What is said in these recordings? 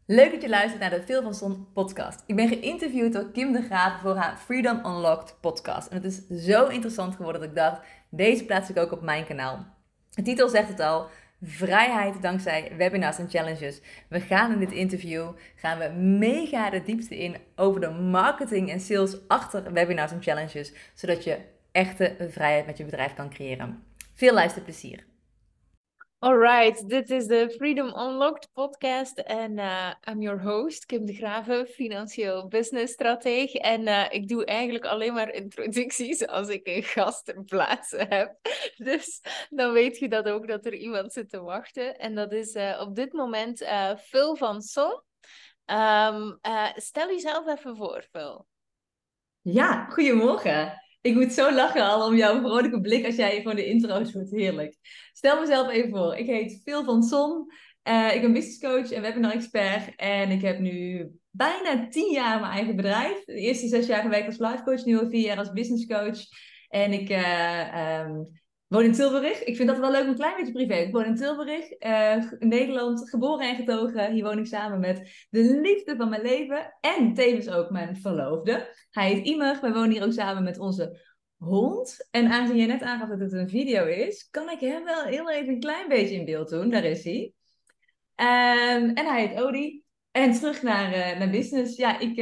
Leuk dat je luistert naar de Veel van Son podcast. Ik ben geïnterviewd door Kim de Graaf voor haar Freedom Unlocked podcast. En het is zo interessant geworden dat ik dacht, deze plaats ik ook op mijn kanaal. De titel zegt het al, vrijheid dankzij webinars en challenges. We gaan in dit interview, gaan we mega de diepte in over de marketing en sales achter webinars en challenges. Zodat je echte vrijheid met je bedrijf kan creëren. Veel luisterplezier. Alright, dit is de Freedom Unlocked podcast en I'm your host, Kim de Graven, financieel business strateeg. En ik doe eigenlijk alleen maar introducties als ik een gast ter plaatse heb. Dus dan weet je dat ook dat er iemand zit te wachten. En dat is op dit moment Phil van Son. Stel jezelf even voor, Phil. Ja, goedemorgen. Ik moet zo lachen al om jouw vrolijke blik als jij gewoon de intro's doet. Heerlijk. Stel mezelf even voor. Ik heet Phil van Son. Ik ben business coach en webinar-expert. En ik heb nu bijna 10 jaar mijn eigen bedrijf. De eerste 6 jaar gewerkt als life coach, nu al 4 jaar als business coach. En ik woon in Tilburg. Ik vind dat wel leuk, een klein beetje privé. Ik woon in Tilburg, in Nederland, geboren en getogen. Hier woon ik samen met de liefde van mijn leven. En tevens ook mijn verloofde. Hij heet Imer. Wij wonen hier ook samen met onze hond. En aangezien je net aangaf dat het een video is, kan ik hem wel heel even een klein beetje in beeld doen. Daar is hij. En hij heet Odi. En terug naar business. Ja, ik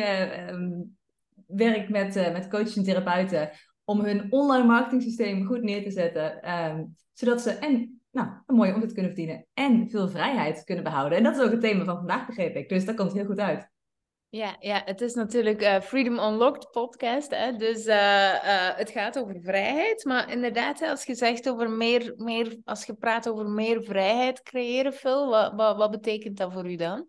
werk met coaches en therapeuten om hun online marketing systeem goed neer te zetten. Zodat ze een mooie omzet kunnen verdienen en veel vrijheid kunnen behouden. En dat is ook het thema van vandaag, begreep ik. Dus dat komt heel goed uit. Ja, het is natuurlijk Freedom Unlocked podcast, hè? Dus het gaat over vrijheid. Maar inderdaad, hè, als je zegt over als je praat over meer vrijheid creëren, Phil, wat betekent dat voor u dan?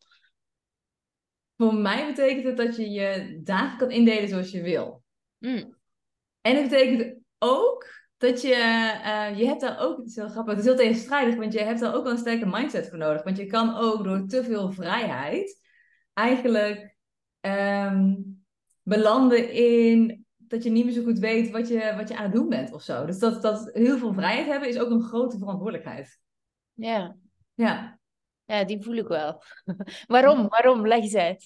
Voor mij betekent het dat je je dagen kan indelen zoals je wil. Mm. En het betekent ook dat je hebt daar ook, het is heel grappig, het is heel tegenstrijdig, want je hebt daar ook wel een sterke mindset voor nodig. Want je kan ook door te veel vrijheid eigenlijk ehm, belanden in dat je niet meer zo goed weet wat je aan het doen bent of zo. Dus dat heel veel vrijheid hebben is ook een grote verantwoordelijkheid. Ja. Ja. Ja, die voel ik wel. Waarom? Leg eens uit.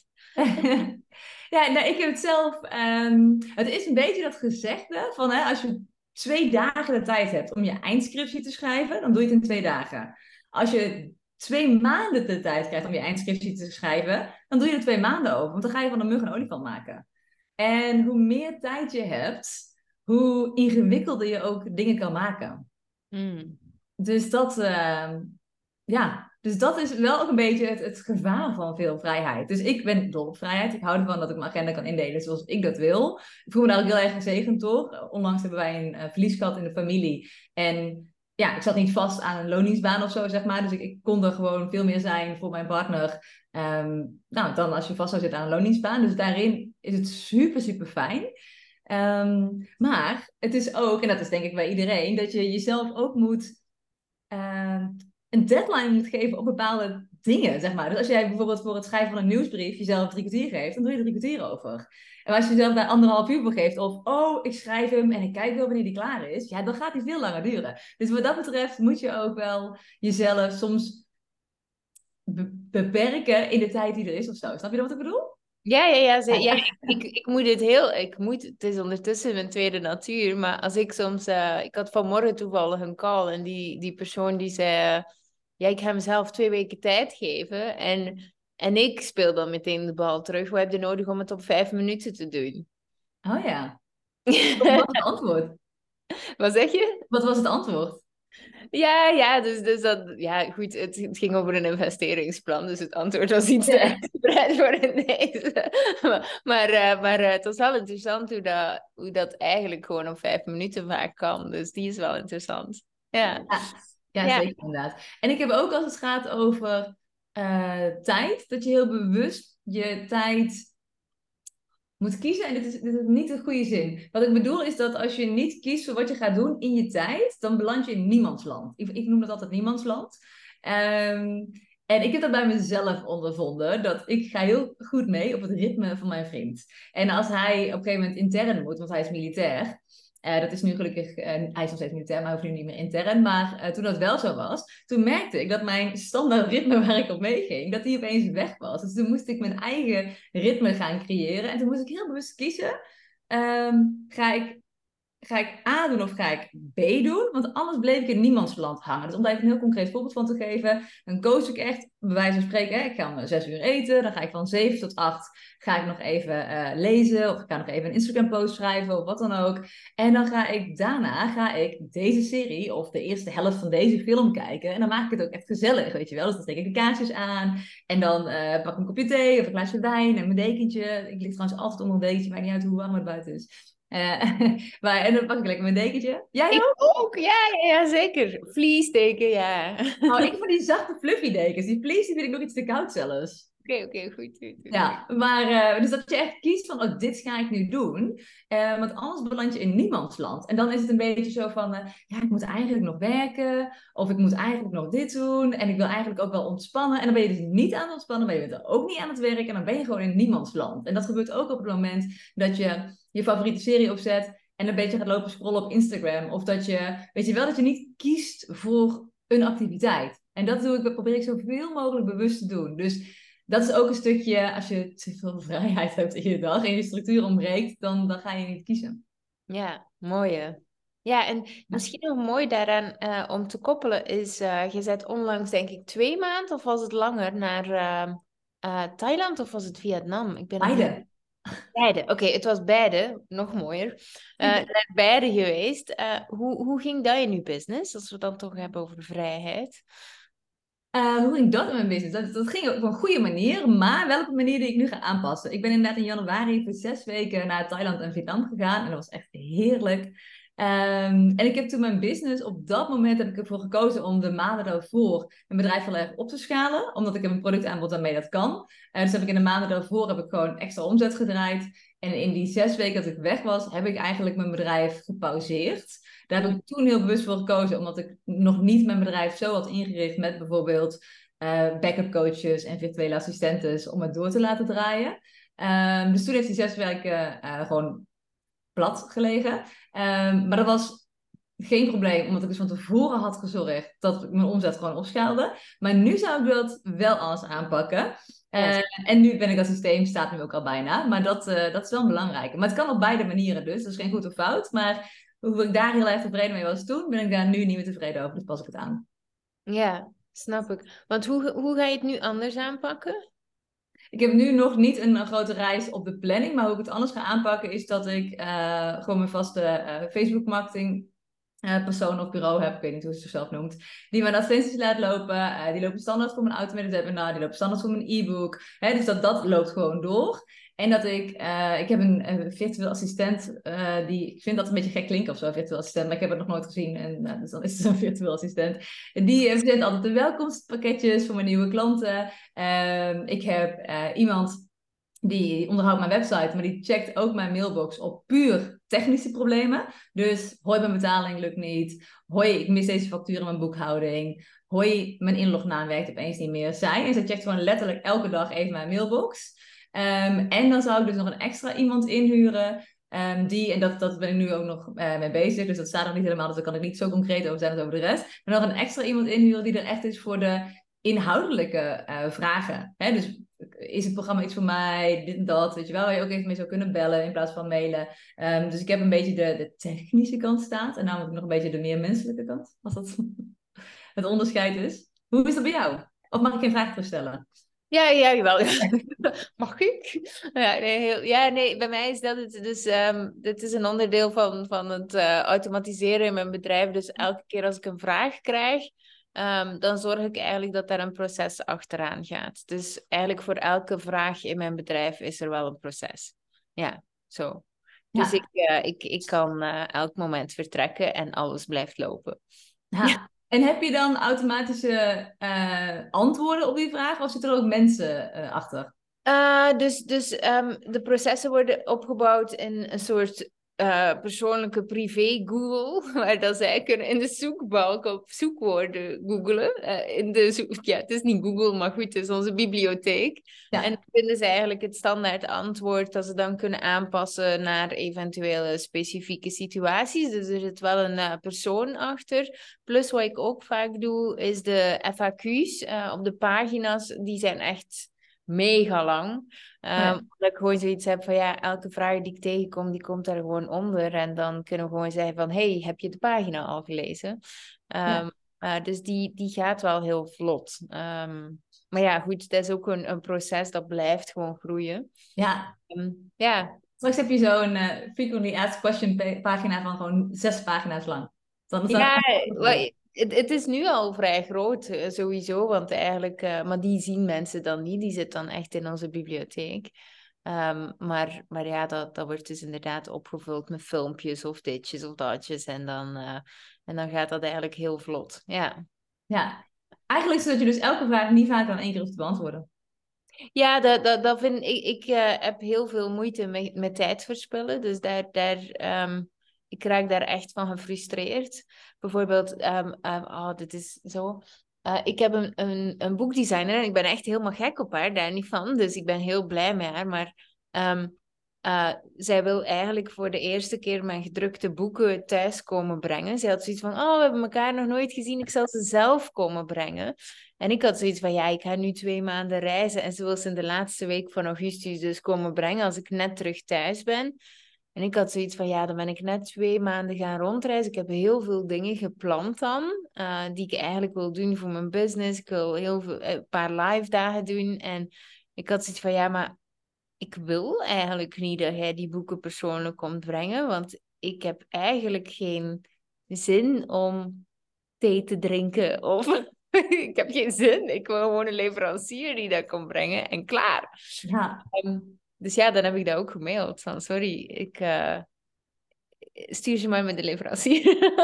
Ja, nou, ik heb het zelf. Het is een beetje dat gezegde van als je 2 dagen de tijd hebt om je eindscriptie te schrijven, dan doe je het in 2 dagen. Als je 2 maanden de tijd krijgt om je eindscriptie te schrijven, dan doe je er 2 maanden over. Want dan ga je van een mug een olifant maken. En hoe meer tijd je hebt, hoe ingewikkelder je ook dingen kan maken. Mm. Dus dus dat is wel ook een beetje het gevaar van veel vrijheid. Dus ik ben dol op vrijheid. Ik hou ervan dat ik mijn agenda kan indelen zoals ik dat wil. Ik voel me daar ook heel erg gezegend door. Onlangs hebben wij een verlies gehad in de familie. En ja, ik zat niet vast aan een loondienstbaan of zo, zeg maar. Dus ik kon er gewoon veel meer zijn voor mijn partner. Dan als je vast zou zitten aan een loondienstbaan. Dus daarin is het super, super fijn. Maar het is ook, en dat is denk ik bij iedereen, dat je jezelf ook moet een deadline moet geven op bepaalde dingen, zeg maar. Dus als jij bijvoorbeeld voor het schrijven van een nieuwsbrief jezelf 3 kwartier geeft, dan doe je er 3 kwartier over. En als je jezelf daar 1,5 uur voor geeft, of ik schrijf hem en ik kijk wel wanneer die klaar is, ja, dan gaat die veel langer duren. Dus wat dat betreft moet je ook wel jezelf soms beperken in de tijd die er is of zo. Snap je wat ik bedoel? Ja, het is ondertussen mijn tweede natuur, maar als ik soms, ik had vanmorgen toevallig een call en die persoon die zei, ja, ik ga mezelf 2 weken tijd geven en ik speel dan meteen de bal terug. Wat heb je nodig om het op 5 minuten te doen? Oh ja. Wat was het antwoord? Wat zeg je? Wat was het antwoord? Dus dat, ja, goed, het ging over een investeringsplan, dus het antwoord was iets te Ja. uitgebreid voor in deze. Maar het was wel interessant hoe dat eigenlijk gewoon op 5 minuten vaak kan, dus die is wel interessant. Ja, Ja, ja, ja. zeker inderdaad. En ik heb ook als het gaat over tijd, dat je heel bewust je tijd moet kiezen. En dit is niet de goede zin. Wat ik bedoel is dat als je niet kiest voor wat je gaat doen in je tijd, dan beland je in niemandsland. Ik noem dat altijd niemandsland. Ehm, en ik heb dat bij mezelf ondervonden, dat ik ga heel goed mee op het ritme van mijn vriend. En als hij op een gegeven moment intern moet, want hij is militair, Dat is nu gelukkig, hij is nog steeds niet intern, maar hoeft nu niet meer intern. Maar toen dat wel zo was, toen merkte ik dat mijn standaard ritme waar ik op meeging, dat die opeens weg was. Dus toen moest ik mijn eigen ritme gaan creëren. En toen moest ik heel bewust kiezen, ga ik A doen of ga ik B doen? Want anders bleef ik in niemands land hangen. Dus om daar even een heel concreet voorbeeld van te geven, dan coach ik echt, bij wijze van spreken, ik ga om 6 uur eten, dan ga ik van 7 tot 8 ga ik nog even lezen, of ik ga nog even een Instagram post schrijven, of wat dan ook. En dan ga ik deze serie, of de eerste helft van deze film kijken, en dan maak ik het ook echt gezellig, weet je wel. Dus dan steek ik de kaarsjes aan, en dan pak ik een kopje thee, of een glaasje wijn, en mijn dekentje. Ik lig trouwens altijd onder een dekentje, maakt niet uit hoe warm het buiten is. En dan pak ik lekker mijn dekentje. Jij Ik ook? ook, ja, zeker. Vliesdeken, ja. Oh, ik van die zachte fluffy dekens. Die fleece die vind ik nog iets te koud zelfs. Oké, goed. Ja, maar dus dat je echt kiest van, oh, dit ga ik nu doen. Want anders beland je in niemands land. En dan is het een beetje zo van, ja, ik moet eigenlijk nog werken. Of ik moet eigenlijk nog dit doen. En ik wil eigenlijk ook wel ontspannen. En dan ben je dus niet aan het ontspannen, maar je bent er ook niet aan het werken. En dan ben je gewoon in niemands land. En dat gebeurt ook op het moment dat je je favoriete serie opzet en een beetje gaat lopen scrollen op Instagram. Of dat je, weet je wel, dat je niet kiest voor een activiteit. En dat probeer ik zoveel mogelijk bewust te doen. Dus dat is ook een stukje, als je te veel vrijheid hebt in je dag en je structuur ontbreekt, dan ga je niet kiezen. Ja, mooie. Ja, en misschien nog mooi daaraan om te koppelen is, je bent onlangs denk ik 2 maanden, of was het langer, naar Thailand of was het Vietnam? Ik ben Beide. Beide. Oké, het was beide, nog mooier. Naar beide geweest. Hoe ging dat in uw business, als we het dan toch hebben over vrijheid? Hoe ging dat in mijn business? Dat ging op een goede manier, maar wel op een manier die ik nu ga aanpassen. Ik ben inderdaad in januari voor 6 weken naar Thailand en Vietnam gegaan. En dat was echt heerlijk. En ik heb toen mijn business, op dat moment heb ik ervoor gekozen om de maanden daarvoor mijn bedrijf heel erg op te schalen. Omdat ik heb een productaanbod waarmee dat kan. Dus heb ik in de maanden daarvoor heb ik gewoon extra omzet gedraaid. En in die 6 weken dat ik weg was, heb ik eigenlijk mijn bedrijf gepauzeerd. Daar heb ik toen heel bewust voor gekozen, omdat ik nog niet mijn bedrijf zo had ingericht met bijvoorbeeld backup coaches en virtuele assistentes om het door te laten draaien. Dus toen heeft die 6 weken gewoon plat gelegen. Maar dat was geen probleem, omdat ik dus van tevoren had gezorgd dat ik mijn omzet gewoon opschaalde. Maar nu zou ik dat wel anders aanpakken. En nu ben ik dat systeem, staat nu ook al bijna. Maar dat is wel een belangrijke. Maar het kan op beide manieren dus. Dat is geen goed of fout. Maar hoe ik daar heel erg tevreden mee was toen, ben ik daar nu niet meer tevreden over. Dus pas ik het aan. Ja, snap ik. Want hoe ga je het nu anders aanpakken? Ik heb nu nog niet een grote reis op de planning. Maar hoe ik het anders ga aanpakken is dat ik gewoon mijn vaste Facebook marketing persoon of bureau heb, ik weet niet hoe ze zichzelf noemt, die mijn advertenties laat lopen. Die lopen standaard voor mijn automated webinar, die lopen standaard voor mijn e-book. Dus dat loopt gewoon door. En dat ik heb een virtueel assistent, ik vind dat een beetje gek klinken of zo, virtueel assistent, maar ik heb het nog nooit gezien. En dus dan is het een virtueel assistent. En die verzet altijd de welkomstpakketjes voor mijn nieuwe klanten. Ik heb iemand die onderhoudt mijn website, maar die checkt ook mijn mailbox op puur technische problemen. Dus, hoi, mijn betaling lukt niet. Hoi, ik mis deze factuur in mijn boekhouding. Hoi, mijn inlognaam werkt opeens niet meer. En zij checkt gewoon letterlijk elke dag even mijn mailbox. En dan zou ik dus nog een extra iemand inhuren. En dat ben ik nu ook nog mee bezig. Dus dat staat nog niet helemaal, dus daar kan ik niet zo concreet over zijn als over de rest. Maar nog een extra iemand inhuren die er echt is voor de inhoudelijke vragen. Dus is het programma iets voor mij, dit en dat, weet je wel, waar je ook even mee zou kunnen bellen in plaats van mailen. Dus ik heb een beetje de technische kant staan en namelijk nog een beetje de meer menselijke kant, als dat het onderscheid is. Hoe is dat bij jou? Of mag ik geen vraag terugstellen? Ja, jawel. Mag ik? Nee, bij mij is dat het. Dus dit is een onderdeel van het automatiseren in mijn bedrijf. Dus elke keer als ik een vraag krijg, dan zorg ik eigenlijk dat daar een proces achteraan gaat. Dus eigenlijk voor elke vraag in mijn bedrijf is er wel een proces. Ja, zo. Dus ik kan elk moment vertrekken en alles blijft lopen. Ja. En heb je dan automatische antwoorden op die vraag? Of zitten er ook mensen achter? Dus de processen worden opgebouwd in een soort persoonlijke privé Google, waar dat zij kunnen in de zoekbalk op zoekwoorden googelen. Ja, het is niet Google, maar goed, het is onze bibliotheek. Ja. En dan vinden ze eigenlijk het standaard antwoord dat ze dan kunnen aanpassen naar eventuele specifieke situaties. Dus er zit wel een persoon achter. Plus wat ik ook vaak doe, is de FAQ's op de pagina's. Die zijn echt mega lang. Dat ik gewoon zoiets heb van ja, elke vraag die ik tegenkom, die komt daar gewoon onder. En dan kunnen we gewoon zeggen van hey, heb je de pagina al gelezen? Dus die gaat wel heel vlot. Maar ja, goed, dat is ook een proces dat blijft gewoon groeien. Ja. Ja. Straks heb je zo'n frequently asked question pagina van gewoon 6 pagina's lang. Dan is Ja, het is nu al vrij groot, sowieso, want eigenlijk, maar die zien mensen dan niet, die zit dan echt in onze bibliotheek. Maar ja, dat wordt dus inderdaad opgevuld met filmpjes of ditjes of datjes en dan gaat dat eigenlijk heel vlot, ja. Ja, eigenlijk zodat je dus elke vraag niet vaker dan 1 keer hoeft te beantwoorden. Ja, dat vind ik. Ik heb heel veel moeite met tijd verspillen. Dus ik raak daar echt van gefrustreerd. Bijvoorbeeld, dit is zo. Ik heb een boekdesigner en ik ben echt helemaal gek op haar, daar niet van. Dus ik ben heel blij met haar. Maar zij wil eigenlijk voor de eerste keer mijn gedrukte boeken thuis komen brengen. Zij had zoiets van, we hebben elkaar nog nooit gezien, ik zal ze zelf komen brengen. En ik had zoiets van, ja, ik ga nu 2 maanden reizen. En ze wil ze in de laatste week van augustus dus komen brengen als ik net terug thuis ben. En ik had zoiets van, ja, dan ben ik net 2 maanden gaan rondreizen. Ik heb heel veel dingen gepland dan, die ik eigenlijk wil doen voor mijn business. Ik wil een paar live dagen doen. En ik had zoiets van, ja, maar ik wil eigenlijk niet dat jij die boeken persoonlijk komt brengen, want ik heb eigenlijk geen zin om thee te drinken of ik heb geen zin. Ik wil gewoon een leverancier die dat komt brengen en klaar. Ja. Dus ja, dan heb ik dat ook gemaild. Van, sorry, ik stuur ze maar met de leverancier.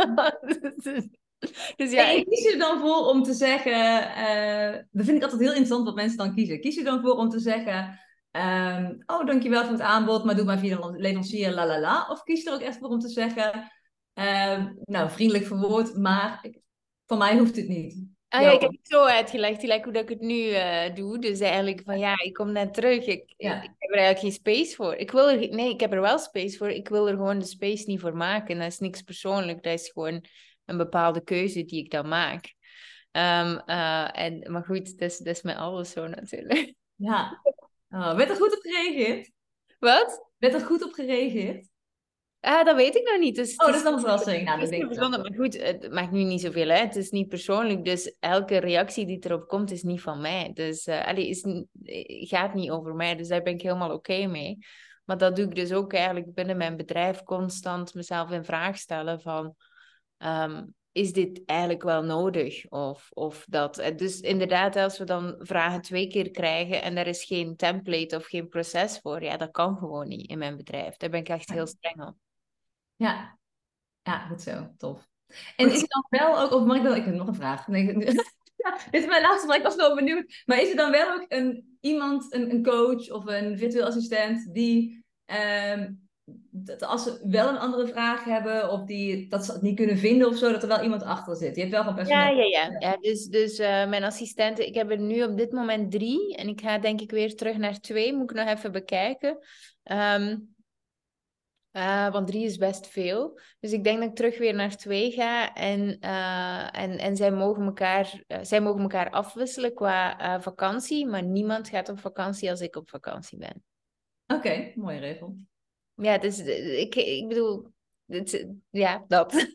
Dus ja, En kies je er dan voor om te zeggen, dat vind ik altijd heel interessant wat mensen dan kiezen. Kies je er dan voor om te zeggen, oh dankjewel voor het aanbod, maar doe maar via de leverancier, la la la. Of kies je er ook echt voor om te zeggen, nou vriendelijk verwoord, maar van mij hoeft het niet. ja, ik heb het zo uitgelegd, gelijk hoe dat ik het nu doe. Dus eigenlijk van ja, ik kom net terug. Ik heb er eigenlijk geen space voor. Ik heb er wel space voor. Ik wil er gewoon de space niet voor maken. Dat is niks persoonlijk. Dat is gewoon een bepaalde keuze die ik dan maak. Maar goed, dat is met alles zo natuurlijk. Ja. Werd er goed op gereageerd? Wat? Werd er goed op gereageerd? Dat weet ik nog niet. Dus dat is dan een verrassing. Nou, het is bijzonder, maar goed, het maakt nu niet zoveel uit. Het is niet persoonlijk, dus elke reactie die erop komt is niet van mij. Dus gaat niet over mij, dus daar ben ik helemaal oké mee. Maar dat doe ik dus ook eigenlijk binnen mijn bedrijf constant mezelf in vraag stellen van... is dit eigenlijk wel nodig? Of dat. Dus inderdaad, als we dan vragen 2 keer krijgen en er is geen template of geen proces voor, ja, dat kan gewoon niet in mijn bedrijf. Daar ben ik echt heel streng op. Ja, goed zo. Tof. En is het dan wel ook, of mag ik wel, ik heb nog een vraag. Nee, ja, dit is mijn laatste vraag, ik was wel benieuwd. Maar is er dan wel ook iemand, een coach of een virtueel assistent die, dat als ze wel een andere vraag hebben of dat ze het niet kunnen vinden of zo, dat er wel iemand achter zit? Je hebt wel gewoon personeel. Ja, dus mijn assistenten, ik heb er nu op dit moment 3 en ik ga denk ik weer terug naar 2, moet ik nog even bekijken. Want 3 is best veel. Dus ik denk dat ik terug weer naar 2 ga. En zij mogen elkaar afwisselen qua vakantie. Maar niemand gaat op vakantie als ik op vakantie ben. Oké, mooie regel. Ja, dus ik bedoel... ja, dat.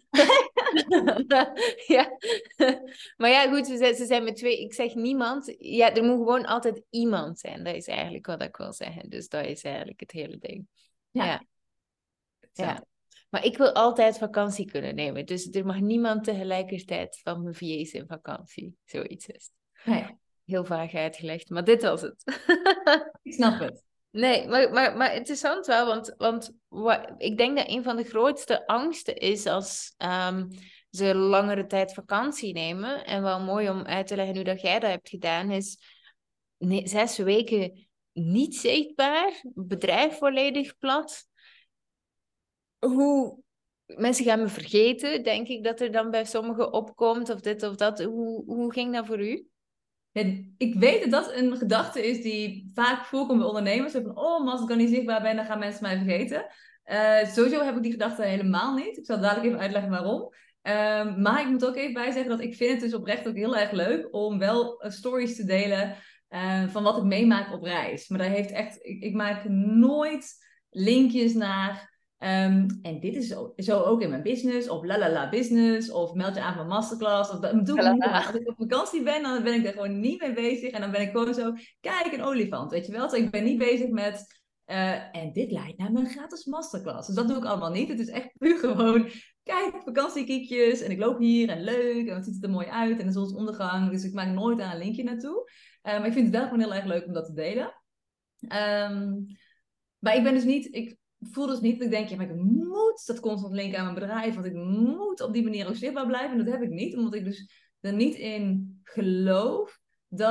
Ja. Maar ja, goed, ze zijn met 2. Ik zeg niemand. Ja, er moet gewoon altijd iemand zijn. Dat is eigenlijk wat ik wil zeggen. Dus dat is eigenlijk het hele ding. Ja. Maar ik wil altijd vakantie kunnen nemen. Dus er mag niemand tegelijkertijd van mijn VA's in vakantie. Zoiets is. Nee. Heel vaag uitgelegd, maar dit was het. Ik snap het. Nee, maar interessant wel, want ik denk dat een van de grootste angsten is als ze langere tijd vakantie nemen. En wel mooi om uit te leggen hoe dat jij dat hebt gedaan, is 6 weken niet zichtbaar, bedrijf volledig plat. hoe mensen gaan me vergeten, denk ik dat er dan bij sommigen opkomt, of dit of dat. Hoe ging dat voor u? Ja, ik weet dat dat een gedachte is die vaak voorkomt bij ondernemers. Zo van, oh, maar als ik dan niet zichtbaar ben, dan gaan mensen mij vergeten. Sowieso heb ik die gedachte helemaal niet. Ik zal dadelijk even uitleggen waarom. Maar ik moet ook even bij zeggen dat ik vind het dus oprecht ook heel erg leuk om wel stories te delen van wat ik meemaak op reis. Maar daar heeft echt, ik maak nooit linkjes naar. En dit is zo ook in mijn business, of la la la business, of meld je aan voor masterclass. Of dat doe ik niet. Voilà. Als ik op vakantie ben, dan ben ik er gewoon niet mee bezig. En dan ben ik gewoon zo, kijk, een olifant, weet je wel. Dus ik ben niet bezig met, en dit leidt naar mijn gratis masterclass. Dus dat doe ik allemaal niet. Het is echt puur gewoon, kijk, vakantiekiekjes. En ik loop hier en leuk. En wat ziet het er mooi uit. En de zonsondergang. Dus ik maak nooit daar een linkje naartoe. Maar ik vind het wel gewoon heel erg leuk om dat te delen. Ehm, maar ik ben dus niet, ik voel dus niet dat ik denk, ja, maar ik moet dat constant linken aan mijn bedrijf, want ik moet op die manier ook zichtbaar blijven. En dat heb ik niet, omdat ik dus er niet in geloof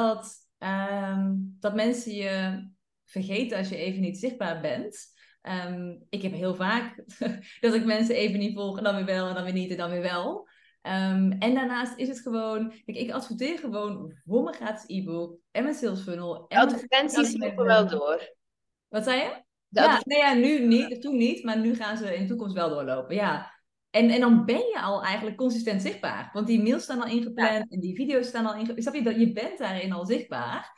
dat mensen je vergeten als je even niet zichtbaar bent. Ik heb heel vaak dat ik mensen even niet volg en dan weer wel en dan weer niet en dan weer wel. En daarnaast is het gewoon, kijk, ik adverteer gewoon voor mijn gratis e-book en mijn sales funnel De en advertenties lopen wel mijn door. wat zei je? De Ja, adver- nee, ja, nu niet, toen niet, maar nu gaan ze in de toekomst wel doorlopen. Ja. En dan ben je al eigenlijk consistent zichtbaar. Want die mails staan al ja. ingepland en die video's staan al ingepland. Snap je dat je bent daarin al zichtbaar?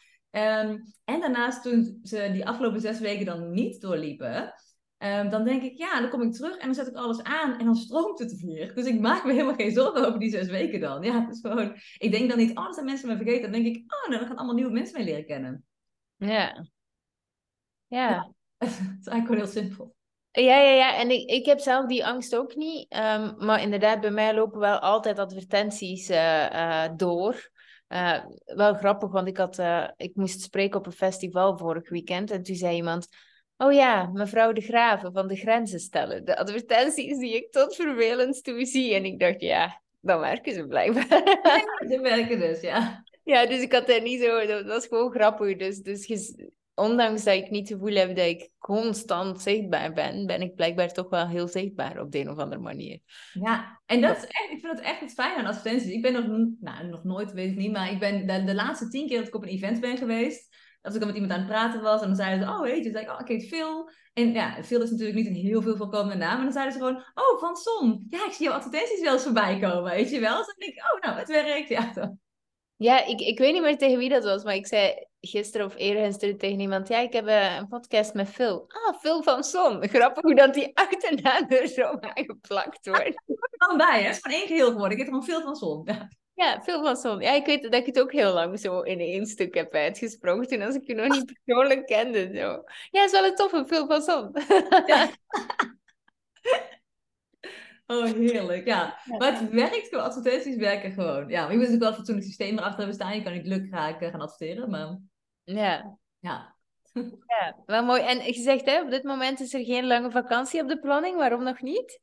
En daarnaast, toen ze die afgelopen 6 weken dan niet doorliepen, dan denk ik, ja, dan kom ik terug en dan zet ik alles aan en dan stroomt het weer. Dus ik maak me helemaal geen zorgen over die 6 weken dan. Ja, het is gewoon, ik denk dan niet, oh, dat zijn mensen me vergeten. Dan denk ik, oh, nou, dan gaan allemaal nieuwe mensen mee leren kennen. Ja. Ja, Ja. het is eigenlijk gewoon heel simpel. Ja. En ik heb zelf die angst ook niet. Maar inderdaad, bij mij lopen wel altijd advertenties door. Wel grappig, want ik moest spreken op een festival vorig weekend. En toen zei iemand... Oh ja, mevrouw De Graven van de Grenzen Stellen. De advertenties die ik tot vervelend toe zie. En ik dacht, ja, dan werken ze blijkbaar. Ja, ze werken dus, ja. Ja, dus ik had daar niet zo... Dat was gewoon grappig. Ondanks dat ik niet het gevoel heb dat ik constant zichtbaar ben, ben ik blijkbaar toch wel heel zichtbaar op de een of andere manier. Ja, en dat is echt, ik vind dat echt het fijne aan advertenties. Ik ben nog nooit, weet ik niet, maar ik ben de laatste 10 keer dat ik op een event ben geweest, dat ik dan met iemand aan het praten was en dan zeiden ze, oh weet je, dan zei ik, oh ik heet Phil. En ja, Phil is natuurlijk niet een heel veel voorkomende naam, en dan zeiden ze gewoon, oh Van Son, ja, ik zie jouw advertenties wel eens voorbij komen, weet je wel. Dus dan denk ik, oh nou, het werkt, ja. Ja, ik weet niet meer tegen wie dat was, maar ik zei gisteren of eergisteren tegen iemand, ja, ik heb een podcast met Phil. Ah, Phil van Son. Grappig hoe dat die achternaam er zo aan geplakt wordt. Er dan bij, hè. Het is gewoon één geheel geworden. Ik heb gewoon veel van Son. Ja. Ja, Phil van Son. Ja, ik weet dat ik het ook heel lang zo in één stuk heb uitgesproken, toen als ik je nog niet persoonlijk kende. Zo. Ja, is wel een toffe Phil van Son. Ja. Oh, heerlijk. Ja, maar het werkt gewoon. Advertenties werken gewoon. Ja, maar je moet natuurlijk wel een fatsoenlijk systeem erachter hebben staan. Je kan niet lukraak gaan adverteren, maar Ja. ja. Ja, wel mooi. En je zegt, hè, op dit moment is er geen lange vakantie op de planning. Waarom nog niet?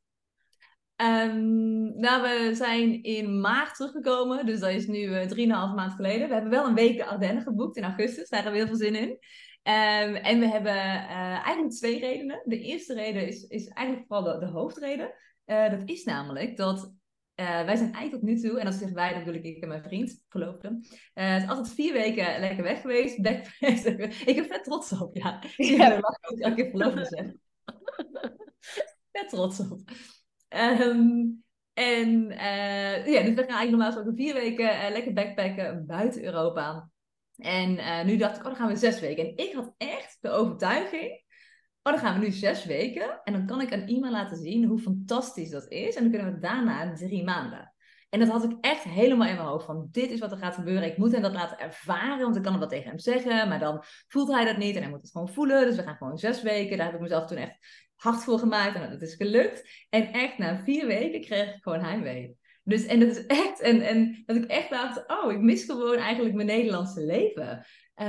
Nou, we zijn in maart teruggekomen. Dus dat is nu 3,5 maand geleden. We hebben wel een week de Ardennen geboekt in augustus. Daar hebben we heel veel zin in. En we hebben eigenlijk 2 redenen. De eerste reden is eigenlijk vooral de hoofdreden. Dat is namelijk dat wij zijn eigenlijk tot nu toe, en als ik zeg wij, dan bedoel ik en mijn vriend, verloofde. Het is altijd 4 weken lekker weg geweest. Ik ben vet trots op, ja. Zie je, Ja. dan mag ik ook elke keer verloofde zeggen. Vet trots op. Ehm, ja, dus we gaan eigenlijk normaal gesproken 4 weken lekker backpacken buiten Europa. En nu dacht ik, oh, dan gaan we 6 weken. En ik had echt de overtuiging, oh, dan gaan we nu 6 weken. En dan kan ik aan iemand laten zien hoe fantastisch dat is. En dan kunnen we daarna 3 maanden. En dat had ik echt helemaal in mijn hoofd. Van dit is wat er gaat gebeuren. Ik moet hem dat laten ervaren. Want ik kan hem dat tegen hem zeggen. Maar dan voelt hij dat niet. En hij moet het gewoon voelen. Dus we gaan gewoon 6 weken. Daar heb ik mezelf toen echt hard voor gemaakt. En dat is gelukt. En echt na 4 weken kreeg ik gewoon heimwee. Dus, en dat is echt... En dat ik echt dacht... Oh, ik mis gewoon eigenlijk mijn Nederlandse leven.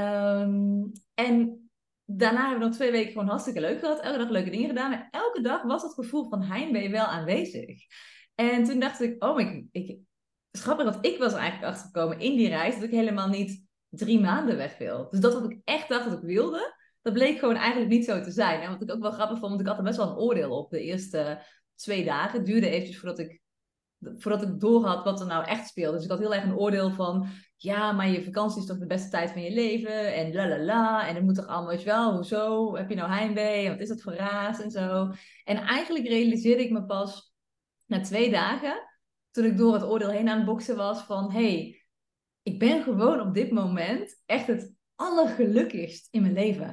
En daarna hebben we nog 2 weken gewoon hartstikke leuk gehad. Elke dag leuke dingen gedaan. Maar elke dag was dat gevoel van heimwee wel aanwezig. En toen dacht ik, oh, het is grappig, want ik was er eigenlijk achter gekomen in die reis dat ik helemaal niet 3 maanden weg wil. Dus dat wat ik echt dacht dat ik wilde, dat bleek gewoon eigenlijk niet zo te zijn. En wat ik ook wel grappig vond, want ik had er best wel een oordeel op de eerste 2 dagen. Het duurde eventjes voordat ik doorhad wat er nou echt speelde. Dus ik had heel erg een oordeel van, ja, maar je vakantie is toch de beste tijd van je leven en la la la. En het moet toch allemaal, weet je wel, hoezo? Heb je nou heimwee? En wat is dat voor raas en zo? En eigenlijk realiseerde ik me pas na 2 dagen, toen ik door het oordeel heen aan het boksen was, van hey, ik ben gewoon op dit moment echt het allergelukkigst in mijn leven.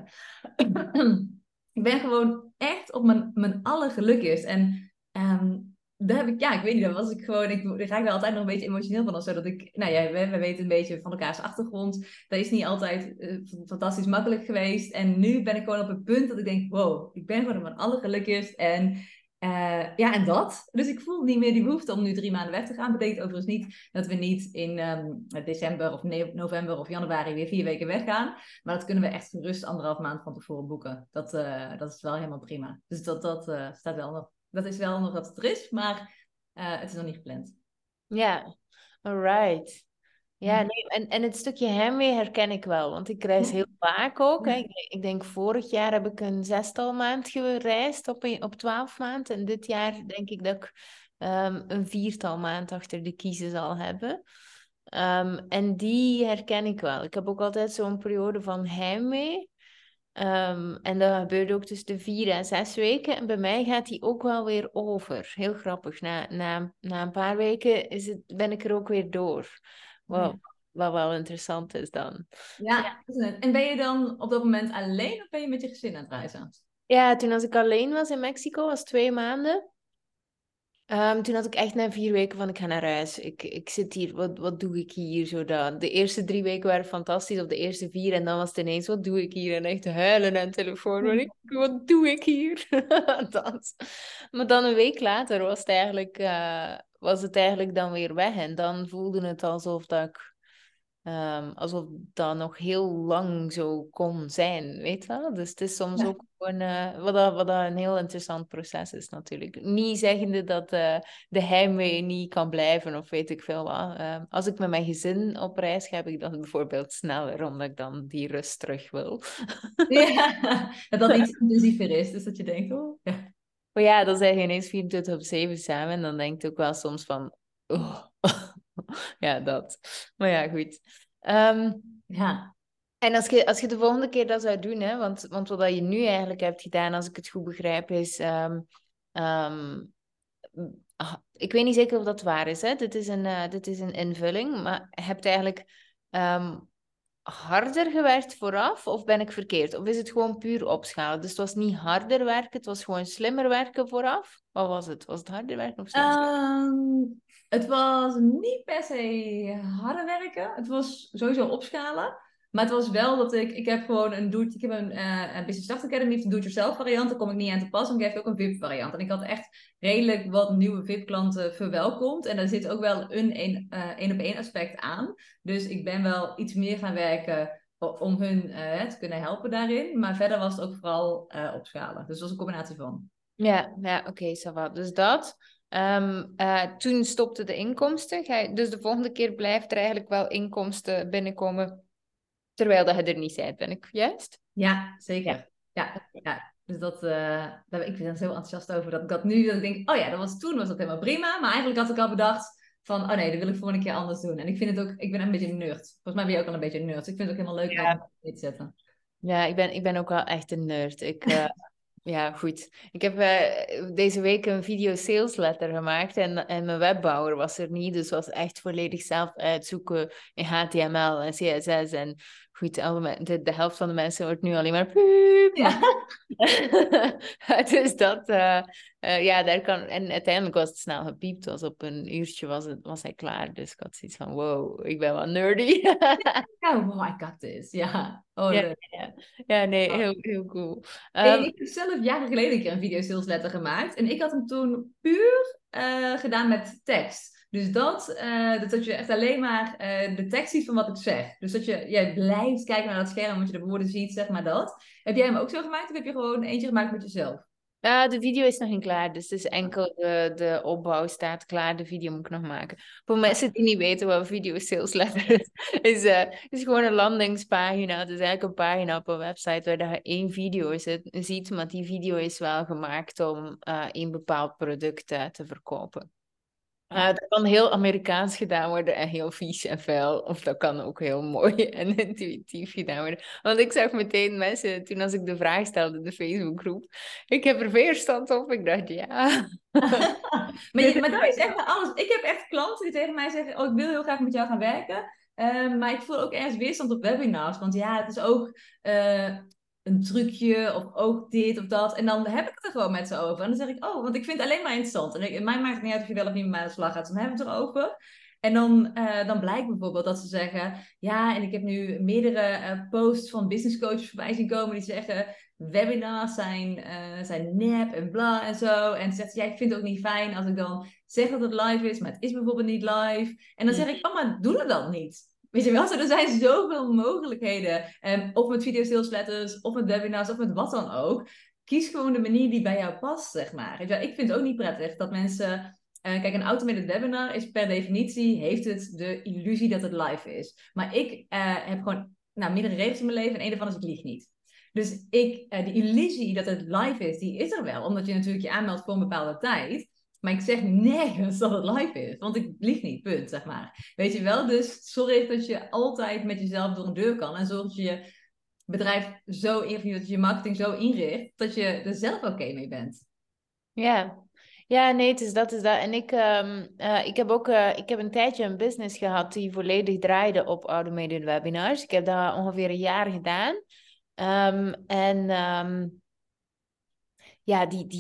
Ik ben gewoon echt op mijn allergelukkigst. En daar heb ik, ja, ik weet niet, daar was ik gewoon, daar ga ik wel altijd nog een beetje emotioneel van. Zodat ik, nou ja, we weten een beetje van elkaars achtergrond. Dat is niet altijd fantastisch makkelijk geweest. En nu ben ik gewoon op het punt dat ik denk, wow, ik ben gewoon op mijn allergelukkigst. En ja, en dat. Dus ik voel niet meer die behoefte om nu 3 maanden weg te gaan. Betekent overigens niet dat we niet in december of november of januari weer 4 weken weggaan. Maar dat kunnen we echt gerust 1,5 maand van tevoren boeken. Dat is wel helemaal prima. Dus dat staat wel nog. Dat is wel nog dat het er is, maar het is nog niet gepland. Ja, alright. Ja, Ja. nee, en het stukje heimwee herken ik wel, want ik reis heel vaak ook. Hè. Ja. Ik denk vorig jaar heb ik een 6-tal maand gereisd op 12 maand. En dit jaar denk ik dat ik een 4-tal maand achter de kiezen zal hebben. En die herken ik wel. Ik heb ook altijd zo'n periode van heimwee. En dat gebeurt ook tussen de 4 en 6 weken. En bij mij gaat die ook wel weer over. Heel grappig. Na een paar weken ben ik er ook weer door. Ja. Wat wel interessant is dan. Ja, dat is het. En ben je dan op dat moment alleen of ben je met je gezin aan het reizen? Ja, toen als ik alleen was in Mexico, was 2 maanden. Toen had ik echt na 4 weken van ik ga naar huis. Ik zit hier, wat doe ik hier? Zo dan. De eerste 3 weken waren fantastisch, of de eerste 4. En dan was het ineens, wat doe ik hier? En echt huilen aan de telefoon. Wat doe ik hier? Dat. Maar dan een week later was het eigenlijk dan weer weg. En dan voelde het alsof dat nog heel lang zo kon zijn, weet wel? Dus het is soms Ja. ook gewoon, wat dat een heel interessant proces is natuurlijk. Niet zeggende dat de heimwee niet kan blijven of weet ik veel wat. Als ik met mijn gezin op reis ga, heb ik dan bijvoorbeeld sneller, omdat ik dan die rust terug wil. Ja, dat dat iets intensiever is. Dus dat je denkt, oh, ja. Maar ja, dan zijn je ineens 24/7 samen en dan denk je ook wel soms van... Oh. Ja, dat. Maar ja, goed. Ehm, Ja. En als je de volgende keer dat zou doen, hè, want wat je nu eigenlijk hebt gedaan, als ik het goed begrijp, is... ehm, ik weet niet zeker of dat waar is, hè. Dit is een invulling, maar je hebt eigenlijk ehm, harder gewerkt vooraf, of ben ik verkeerd? Of is het gewoon puur opschalen? Dus het was niet harder werken, het was gewoon slimmer werken vooraf? Wat was het? Was het harder werken of slimmer werken? Ehm, het was niet per se harder werken. Het was sowieso opschalen. Maar het was wel dat ik heb gewoon ik heb een Business Start Academy, heeft een do-it-yourself variant. Daar kom ik niet aan te pas, want ik heb ook een VIP variant. En ik had echt redelijk wat nieuwe VIP klanten verwelkomd. En daar zit ook wel een 1-op-1 aspect aan. Dus ik ben wel iets meer gaan werken om hun te kunnen helpen daarin. Maar verder was het ook vooral opschalen. Dus het was een combinatie van. Ja, oké, ça va. Dus dat. Toen stopten de inkomsten. Dus de volgende keer blijft er eigenlijk wel inkomsten binnenkomen, terwijl dat je er niet bent. Ben ik juist? Ja, Ja. zeker. Ja, ja. Dus ik ben er zo enthousiast over dat ik dat nu, dat ik denk, oh ja, toen was dat helemaal prima. Maar eigenlijk had ik al bedacht van, oh nee, dat wil ik voor een keer anders doen. En ik vind het ook, ik ben een beetje een nerd. Volgens mij ben je ook al een beetje een nerd. Dus ik vind het ook helemaal leuk om Ja, dat te zetten. ja, ik ben ook wel echt een nerd. Ja, goed. Ik heb deze week een video sales letter gemaakt en mijn webbouwer was er niet. Dus was echt volledig zelf uitzoeken in HTML en CSS. En goed, de helft van de mensen wordt nu alleen maar puup. Ja, Dus dat, ja, daar kan... En uiteindelijk was het snel gepiept. Was op een uurtje was hij klaar. Dus ik had zoiets van, wow, ik ben wel nerdy. ja, wow, I got this. Ja, oh Ja, leuk. ja. Ja, nee, heel cool. Hey, ik heb zelf jaren geleden een keer een video sales letter gemaakt. En ik had hem toen puur gedaan met tekst. Dus dat je echt alleen maar de tekst ziet van wat ik zeg. Dus dat jij blijft kijken naar dat scherm, want je de woorden ziet, zeg maar dat. Heb jij hem ook zo gemaakt of heb je gewoon eentje gemaakt met jezelf? De video is nog niet klaar, dus het is enkel de opbouw staat klaar. De video moet ik nog maken. Voor mensen die niet weten wat video sales letter is gewoon een landingspagina. Het is eigenlijk een pagina op een website waar je één video ziet, maar die video is wel gemaakt om een bepaald product te verkopen. Dat kan heel Amerikaans gedaan worden en heel vies en vuil. Of dat kan ook heel mooi en intuïtief gedaan worden. Want ik zag meteen mensen, toen als ik de vraag stelde in de Facebookgroep, ik heb er weerstand op. Ik dacht, ja. Maar dat is echt alles. Ik heb echt klanten die tegen mij zeggen, oh, ik wil heel graag met jou gaan werken. Maar ik voel ook ergens weerstand op webinars. Want ja, het is ook een trucje of ook dit of dat. En dan heb ik het er gewoon met ze over. En dan zeg ik, oh, want ik vind het alleen maar interessant. En mij maakt het niet uit of je wel of niet met mij aan de slag gaat. Dus dan hebben we het erover. En dan blijkt bijvoorbeeld dat ze zeggen, ja, en ik heb nu meerdere posts van business coaches voorbij zien komen die zeggen, webinars zijn nep en bla en zo. En ze zegt, jij vindt het ook niet fijn als ik dan zeg dat het live is, maar het is bijvoorbeeld niet live. En dan zeg ik, oh, maar doe dat dan niet. Weet je wel, er zijn zoveel mogelijkheden. Of met video sales letters, of met webinars, of met wat dan ook. Kies gewoon de manier die bij jou past, zeg maar. Weet je wel, ik vind het ook niet prettig dat mensen... kijk, een automated webinar is per definitie... heeft het de illusie dat het live is. Maar ik heb gewoon meerdere regels in mijn leven... en een daarvan is ik lieg niet. Dus die illusie dat het live is, die is er wel. Omdat je natuurlijk je aanmeldt voor een bepaalde tijd. Maar ik zeg nergens dat het live is. Want ik lieg niet, punt, zeg maar. Weet je wel? Dus zorg dat je altijd met jezelf door een deur kan. En zorg dat je je bedrijf zo inricht, dat je je marketing zo inricht... dat je er zelf oké mee bent. Ja. Ja, nee, het is dat, is dat. En ik heb een tijdje een business gehad die volledig draaide op automated webinars. Ik heb dat ongeveer een jaar gedaan. Ja,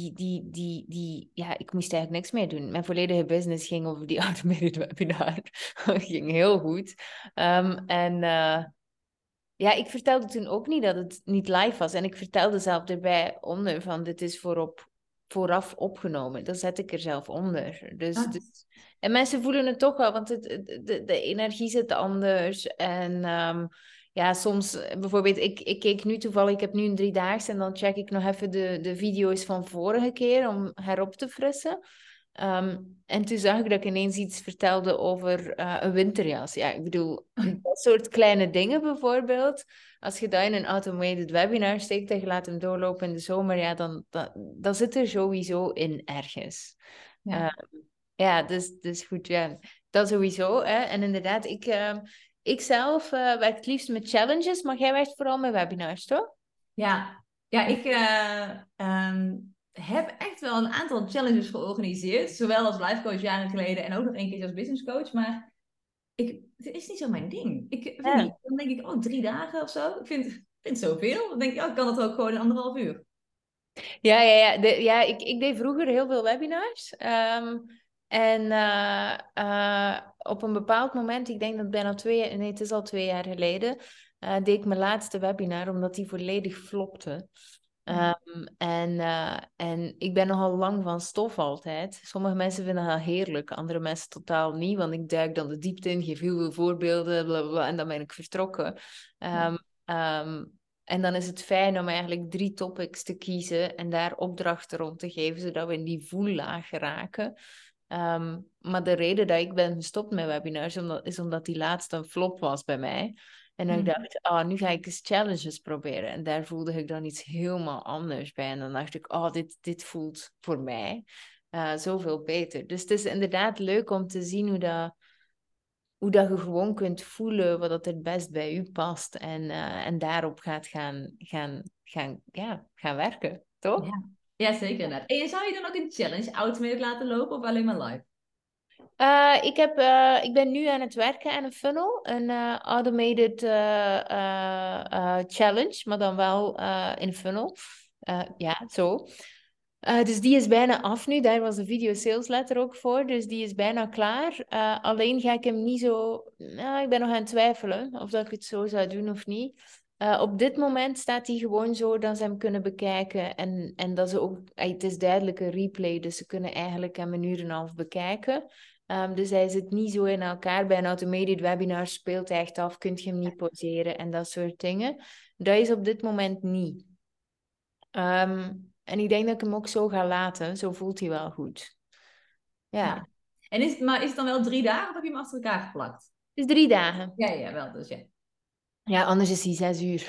ik moest eigenlijk niks meer doen. Mijn volledige business ging over die automated webinar. Dat ging heel goed. Ik vertelde toen ook niet dat het niet live was. En ik vertelde zelf erbij onder van dit is vooraf opgenomen. Dat zet ik er zelf onder. En mensen voelen het toch wel, want de energie zit anders. En soms bijvoorbeeld, ik keek nu toevallig, ik heb nu een 3-daagse en dan check ik nog even de video's van vorige keer om herop te frissen. En toen zag ik dat ik ineens iets vertelde over een winterjas. Ja, ik bedoel, dat soort kleine dingen bijvoorbeeld. Als je dat in een automated webinar steekt en je laat hem doorlopen in de zomer, ja, dan zit er sowieso in ergens. Ja. Dus goed, ja, dat sowieso. Hè. En inderdaad, ik zelf werk het liefst met challenges, maar jij werkt vooral met webinars, toch? Ja, ik heb echt wel een aantal challenges georganiseerd. Zowel als life coach jaren geleden en ook nog een keer als business coach. Maar het is niet zo mijn ding. Ik weet niet. Dan denk ik, 3 dagen of zo. Ik vind het zoveel. Dan denk ik, ik kan het ook gewoon in 1,5 uur. Ja. Ik deed vroeger heel veel webinars. Op een bepaald moment, ik denk dat bijna het is al 2 jaar geleden, deed ik mijn laatste webinar, omdat die volledig flopte. En ik ben nogal lang van stof altijd. Sommige mensen vinden dat heel andere mensen totaal niet, want ik duik dan de diepte in, geef heel veel voorbeelden, blablabla, en dan ben ik vertrokken. En dan is het fijn om eigenlijk 3 topics te kiezen en daar opdrachten rond te geven, zodat we in die voellaag geraken. Maar de reden dat ik ben gestopt met webinars is omdat die laatste een flop was bij mij. En dan dacht ik, nu ga ik eens challenges proberen. En daar voelde ik dan iets helemaal anders bij. En dan dacht ik, dit voelt voor mij zoveel beter. Dus het is inderdaad leuk om te zien hoe dat je gewoon kunt voelen wat dat het best bij u past. En daarop gaat gaan werken, toch? Ja, zeker inderdaad. En zou je dan ook een challenge automated laten lopen of alleen maar live? Ik ben nu aan het werken aan een funnel, een automated challenge, maar dan wel in een funnel. Zo. Dus die is bijna af nu. Daar was de video sales letter ook voor. Dus die is bijna klaar. Alleen ga ik hem niet zo... ik ben nog aan het twijfelen of dat ik het zo zou doen of niet. Op dit moment staat hij gewoon zo dat ze hem kunnen bekijken. En dat ze ook... het is duidelijk een replay, dus ze kunnen eigenlijk hem 1,5 uur bekijken. Dus hij zit niet zo in elkaar. Bij een automated webinar speelt hij echt af. Kunt je hem niet pauzeren en dat soort dingen. Dat is op dit moment niet. En ik denk dat ik hem ook zo ga laten. Zo voelt hij wel goed. Ja, Ja. En is het dan wel 3 dagen of heb je hem achter elkaar geplakt? dus 3 dagen. Ja, ja, wel. Dus ja. Ja, anders is hij 6 uur.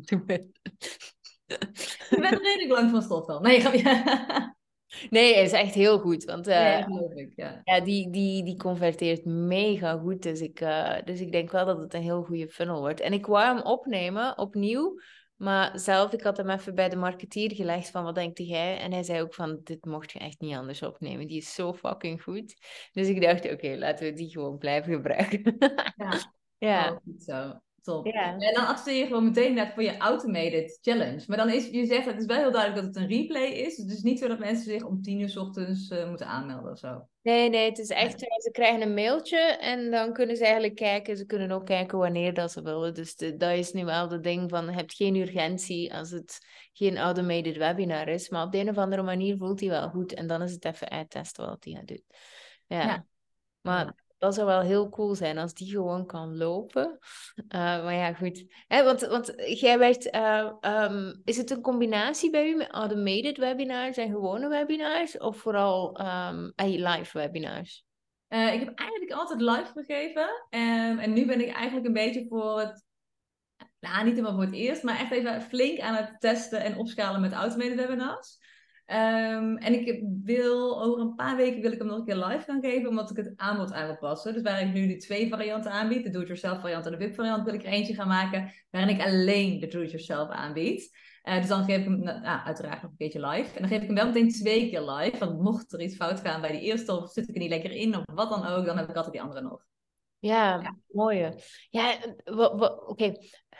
Je bent redelijk lang van stof dan. Nee, Nee, hij is echt heel goed. Want ja, dat geloof ik. Ja. ja, die converteert mega goed. Dus ik denk wel dat het een heel goede funnel wordt. En ik wou hem opnemen, opnieuw. Maar zelf, ik had hem even bij de marketeer gelegd van, wat denkt jij? En hij zei ook van, dit mocht je echt niet anders opnemen. Die is zo fucking goed. Dus ik dacht, oké, laten we die gewoon blijven gebruiken. Ja. Oh, Ja, goed zo. Top. ja. En dan adverteer je gewoon meteen net voor je automated challenge. Maar dan je zegt, het is wel heel duidelijk dat het een replay is. Dus het is niet zo dat mensen zich om 10 uur 's ochtends moeten aanmelden of zo. Nee, het is echt, Nee. ze krijgen een mailtje en dan kunnen ze eigenlijk kijken. Ze kunnen ook kijken wanneer dat ze willen. Dus dat is nu wel de ding van, je hebt geen urgentie als het geen automated webinar is. Maar op de een of andere manier voelt hij wel goed. En dan is het even uittesten wat hij gaat doen. Ja. Ja, Ja. maar dat zou wel heel cool zijn als die gewoon kan lopen. Maar ja, goed. Hè, want jij werd... is het een combinatie bij u met automated webinars en gewone webinars? Of vooral live webinars? Ik heb eigenlijk altijd live gegeven. En nu ben ik eigenlijk een beetje voor het, nou niet helemaal voor het eerst, maar echt even flink aan het testen en opschalen met automated webinars. En ik wil over een paar weken wil ik hem nog een keer live gaan geven, omdat ik het aanbod aan wil passen. Dus waar ik nu die 2 varianten aanbied, de do-it-yourself variant en de VIP variant, wil ik er eentje gaan maken waarin ik alleen de do-it-yourself aanbied. Dus dan geef ik hem uiteraard nog een keertje live. En dan geef ik hem wel meteen 2 keer live. Want mocht er iets fout gaan bij die eerste, of zit ik er niet lekker in, of wat dan ook, dan heb ik altijd die andere nog. Ja, mooie. Ja, oké.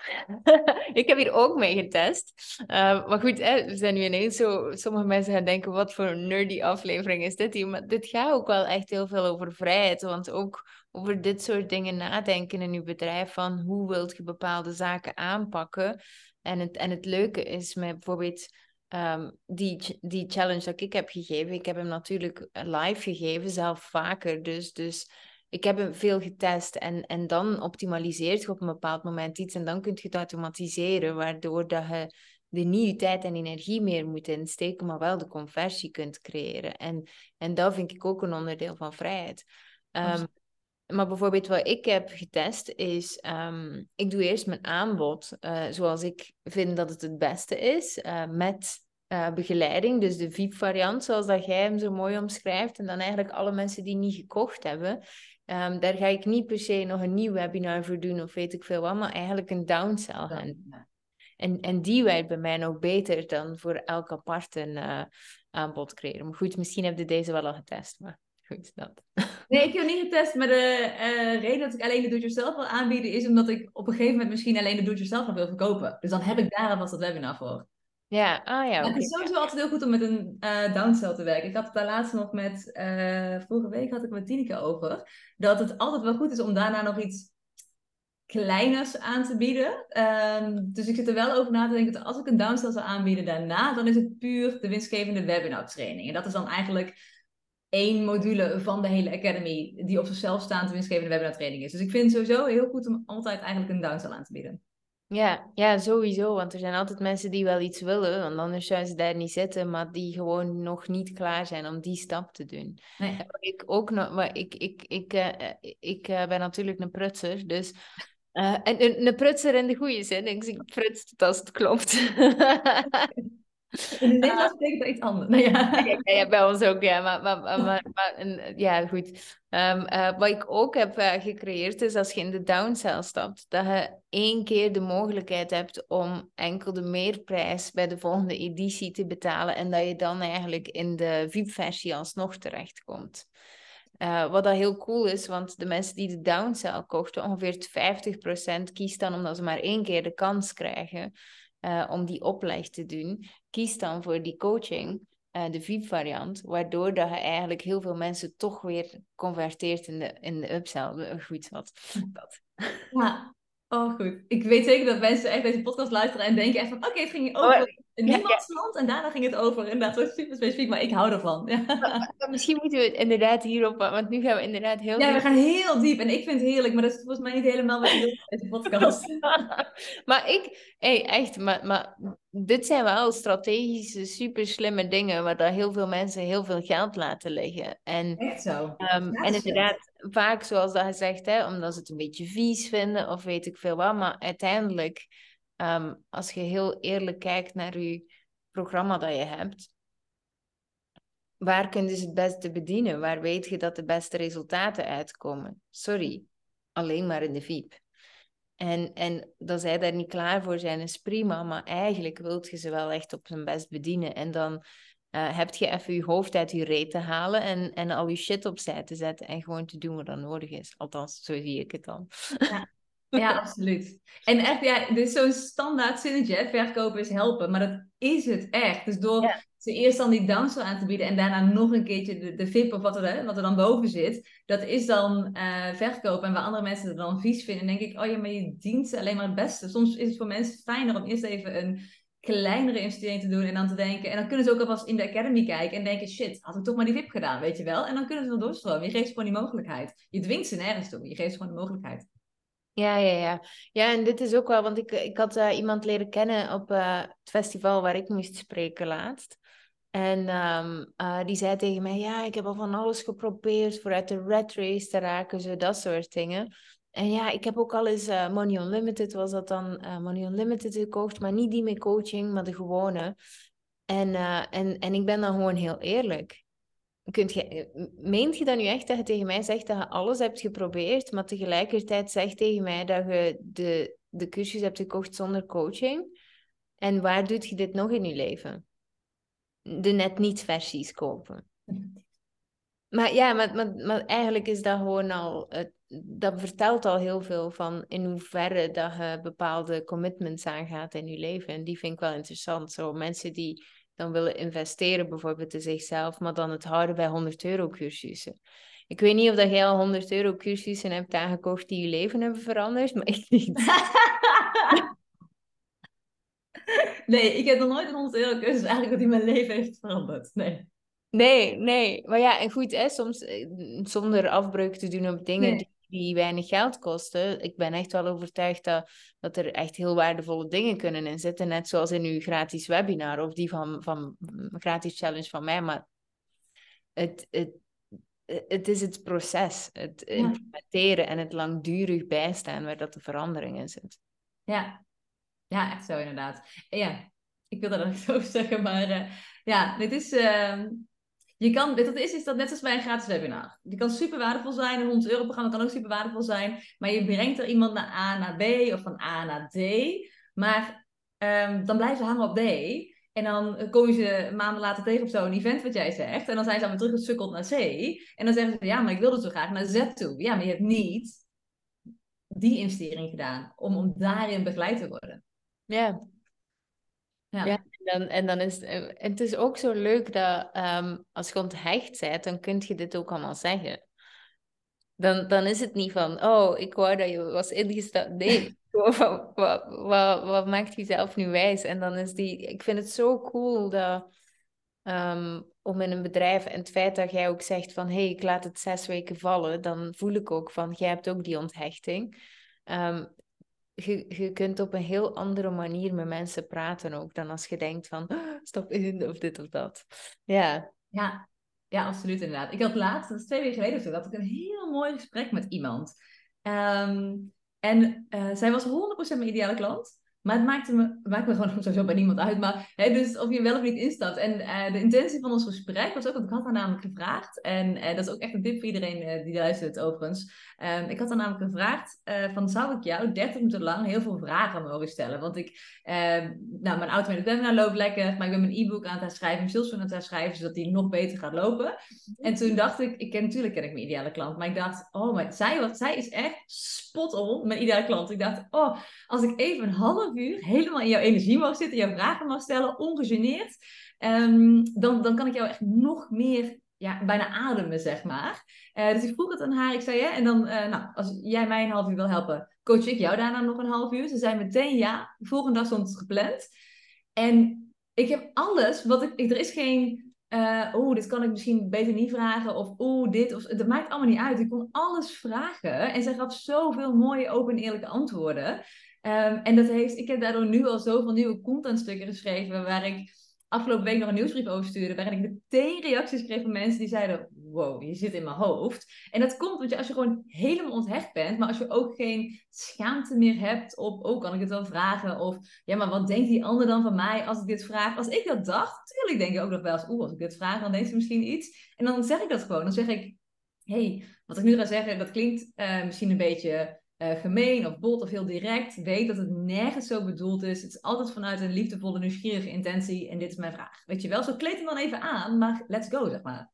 Ik heb hier ook mee getest. Maar goed, hè, we zijn nu ineens zo... Sommige mensen gaan denken, wat voor een nerdy aflevering is dit hier? Maar dit gaat ook wel echt heel veel over vrijheid. Want ook over dit soort dingen nadenken in je bedrijf. Van hoe wilt je bepaalde zaken aanpakken? En het leuke is met bijvoorbeeld... die challenge dat ik heb gegeven. Ik heb hem natuurlijk live gegeven, zelf vaker. Dus ik heb hem veel getest en dan optimaliseert je op een bepaald moment iets en dan kun je het automatiseren, waardoor dat je er niet je tijd en energie meer moet insteken, maar wel de conversie kunt creëren. En dat vind ik ook een onderdeel van vrijheid. Maar bijvoorbeeld wat ik heb getest is, ik doe eerst mijn aanbod zoals ik vind dat het beste is, met begeleiding, dus de VIP-variant, zoals dat jij hem zo mooi omschrijft. En dan eigenlijk alle mensen die niet gekocht hebben, daar ga ik niet per se nog een nieuw webinar voor doen of weet ik veel wat, maar eigenlijk een downsell gaan. Ja. En die werkt bij mij nog beter dan voor elk apart een aanbod creëren. Maar goed, misschien heb je deze wel al getest, maar goed, dat. Nee, ik heb het niet getest, maar de reden dat ik alleen de do-it-yourself wil aanbieden is omdat ik op een gegeven moment misschien alleen de do-it-yourself nog wil verkopen. Dus dan heb ik daar alvast dat webinar voor. Ja, ja, Maar het oké. is sowieso altijd heel goed om met een downsell te werken. Ik had het daar laatst nog met, vorige week had ik het met Tineke over, dat het altijd wel goed is om daarna nog iets kleiners aan te bieden. Dus ik zit er wel over na te denken dat als ik een downsell zou aanbieden daarna, dan is het puur de winstgevende webinar training. En dat is dan eigenlijk 1 module van de hele Academy die op zichzelf staande winstgevende webinar training is. Dus ik vind het sowieso heel goed om altijd eigenlijk een downsell aan te bieden. Ja, sowieso. Want er zijn altijd mensen die wel iets willen, want anders zouden ze daar niet zitten, maar die gewoon nog niet klaar zijn om die stap te doen. En Nee. wat ik ook nog, maar ik ben natuurlijk een prutser, dus en een prutser in de goede zin. Ik zie prutst als het klopt. In het Nederlands betekent dat iets anders. Nou ja. Ja, bij ons ook, ja. Ja, goed. Wat ik ook heb gecreëerd is als je in de downsell stapt, dat je 1 keer de mogelijkheid hebt om enkel de meerprijs bij de volgende editie te betalen en dat je dan eigenlijk in de VIP-versie alsnog terechtkomt. Wat dat heel cool is, want de mensen die de downsell kochten, ongeveer 50% kiest dan omdat ze maar 1 keer de kans krijgen om die opleg te doen, kies dan voor die coaching, de VIP-variant, waardoor dat je eigenlijk heel veel mensen toch weer converteert in de upsell. Goed, wat dat. Ja. Oh, goed. Ik weet zeker dat mensen echt deze podcast luisteren en denken echt van, oké, het ging Oh, over een ja, ja. niemandsland en daarna ging het over inderdaad zo super specifiek, maar ik hou ervan. Ja. Maar misschien moeten we het inderdaad hierop, want nu gaan we inderdaad heel Ja, we diep. gaan heel diep en ik vind het heerlijk, maar dat is volgens mij niet helemaal wat je wilt in deze podcast. Maar echt, maar dit zijn wel strategische, super slimme dingen waar dat heel veel mensen heel veel geld laten liggen. Echt zo. En Gratis geld. inderdaad, vaak zoals dat gezegd, hè, omdat ze het een beetje vies vinden of weet ik veel wat. Maar uiteindelijk, als je heel eerlijk kijkt naar je programma dat je hebt, waar kun je ze het beste bedienen? Waar weet je dat de beste resultaten uitkomen? Sorry, alleen maar in de VIP. En dat zij daar niet klaar voor zijn, is prima. Maar eigenlijk wilt je ze wel echt op zijn best bedienen. En dan heb je even je hoofd uit je reet te halen en al je shit opzij te zetten en gewoon te doen wat er nodig is. Althans, zo zie ik het dan. Ja. Ja, absoluut. En echt, ja, dit is zo'n standaard zinnetje, hè, verkopen is helpen, maar dat is het echt. Dus door Ja. ze eerst dan die downsell aan te bieden en daarna nog een keertje de VIP of wat er dan boven zit, dat is dan verkopen. En waar andere mensen het dan vies vinden, denk ik, oh ja, maar je dient ze alleen maar het beste. Soms is het voor mensen fijner om eerst even een kleinere investering te doen en dan te denken, en dan kunnen ze ook alvast in de academy kijken en denken, shit, had ik toch maar die VIP gedaan, weet je wel? En dan kunnen ze dan doorstromen. Je geeft ze gewoon die mogelijkheid. Je dwingt ze nergens toe, je geeft ze gewoon de mogelijkheid. Ja. Ja, en dit is ook wel, want ik had iemand leren kennen op het festival waar ik moest spreken laatst. En die zei tegen mij, ja, ik heb al van alles geprobeerd voor uit de rat race te raken, zo dat soort dingen. En ja, ik heb ook al eens Money Unlimited, was dat dan, Money Unlimited gekocht, maar niet die met coaching, maar de gewone. En ik ben dan gewoon heel eerlijk. Meent je dan nu echt dat je tegen mij zegt dat je alles hebt geprobeerd, maar tegelijkertijd zegt tegen mij dat je de cursus hebt gekocht zonder coaching? En waar doet je dit nog in je leven? De net niet versies kopen. Maar ja, maar eigenlijk is dat gewoon al... dat vertelt al heel veel van in hoeverre dat je bepaalde commitments aangaat in je leven. En die vind ik wel interessant. Zo mensen die dan willen investeren bijvoorbeeld in zichzelf, maar dan het houden bij 100 euro cursussen. Ik weet niet of dat jij al 100 euro cursussen hebt aangekocht die je leven hebben veranderd, maar ik niet. Nee, ik heb nog nooit een 100 euro cursus eigenlijk dat die mijn leven heeft veranderd. Nee. Nee. Maar ja, en goed, hè, soms zonder afbreuk te doen op dingen Nee. die weinig geld kosten. Ik ben echt wel overtuigd dat er echt heel waardevolle dingen kunnen in zitten. Net zoals in uw gratis webinar of die van gratis challenge van mij. Maar het, het, het is het proces, het Ja. implementeren en het langdurig bijstaan waar dat de verandering in zit. Ja. Ja, echt zo inderdaad. En ja, ik wil daar dan niet over zeggen, maar ja, dit is... je kan, weet je wat het is dat net als bij een gratis webinar. Die kan super waardevol zijn, een 100 euro programma kan ook super waardevol zijn, maar je brengt er iemand naar A naar B of van A naar D, maar dan blijven ze hangen op D. En dan kom je ze maanden later tegen op zo'n event wat jij zegt. En dan zijn ze alweer teruggesukkeld naar C. En dan zeggen ze, ja, maar ik wilde zo graag naar Z toe. Ja, maar je hebt niet die investering gedaan om daarin begeleid te worden. Ja. Ja, Ja. en dan is het is ook zo leuk dat als je onthecht bent, dan kun je dit ook allemaal zeggen. Dan is het niet van, oh, ik wou dat je was ingestapt. Nee, wat maakt jezelf nu wijs? En dan is ik vind het zo cool dat, om in een bedrijf, en het feit dat jij ook zegt van, hey, ik laat het 6 weken vallen, dan voel ik ook van, jij hebt ook die onthechting. Ehm, je kunt op een heel andere manier met mensen praten ook, dan als je denkt van, stop in of dit of dat. Ja. Ja, ja, absoluut inderdaad. Ik had laatst, dat is 2 weken geleden of zo, had ik een heel mooi gesprek met iemand. Ehm, en zij was 100% mijn ideale klant. Maar het maakt me gewoon sowieso bij niemand uit. Maar hè, dus of je wel of niet instapt. En de intentie van ons gesprek was ook, want ik had haar namelijk gevraagd. En dat is ook echt een tip voor iedereen die luistert overigens. Ik had haar namelijk gevraagd van zou ik jou 30 minuten lang heel veel vragen mogen stellen? Want nou, mijn automated webinar loopt lekker. Maar ik ben mijn e-book aan het herschrijven. Mijn salesfunnel aan het herschrijven. Zodat die nog beter gaat lopen. En toen dacht ik, natuurlijk ken ik mijn ideale klant. Maar ik dacht, oh, maar zij is echt spot on, mijn ideale klant. Ik dacht, oh, als ik even een half uur helemaal in jouw energie mag zitten, jouw vragen mag stellen, ongegeneerd, dan kan ik jou echt nog meer, ja, bijna ademen, zeg maar. Dus ik vroeg het aan haar, ik zei, ja, en dan, nou, als jij mij een half uur wil helpen, coach ik jou daarna nog een half uur. Ze zei meteen ja. De volgende dag stond het gepland. En ik heb alles er is geen... dit kan ik misschien beter niet vragen. Of dit. Dat maakt allemaal niet uit. Ik kon alles vragen. En zij gaf zoveel mooie, open en eerlijke antwoorden. En ik heb daardoor nu al zoveel nieuwe contentstukken geschreven. Waar ik afgelopen week nog een nieuwsbrief over stuurde. Waarin ik meteen reacties kreeg van mensen die zeiden... Wow, je zit in mijn hoofd. En dat komt omdat als je gewoon helemaal onthecht bent. Maar als je ook geen schaamte meer hebt op... kan ik het wel vragen? Of ja, maar wat denkt die ander dan van mij als ik dit vraag? Als ik dat dacht, natuurlijk denk ik ook nog wel eens... als ik dit vraag, dan denkt ze misschien iets. En dan zeg ik dat gewoon. Dan zeg ik... wat ik nu ga zeggen, dat klinkt misschien een beetje... gemeen of bot of heel direct, weet dat het nergens zo bedoeld is. Het is altijd vanuit een liefdevolle, nieuwsgierige intentie en dit is mijn vraag. Weet je wel, zo kleed hem dan even aan, maar let's go, zeg maar.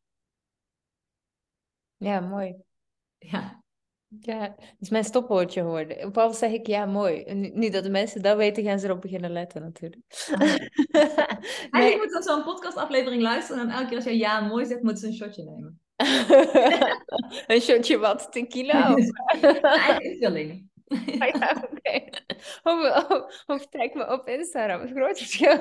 Ja, mooi. Ja. Ja, dat is mijn stopwoordje geworden. Op alles zeg ik ja, mooi. En nu dat de mensen dat weten, gaan ze erop beginnen letten natuurlijk. Eigenlijk moet dan zo'n podcastaflevering luisteren en elke keer als jij ja, mooi zegt, moeten ze een shotje nemen. Een shotje wat? Tequila? Eigen invulling. Ja, oké. Of tag me op Instagram. Het groot verschil.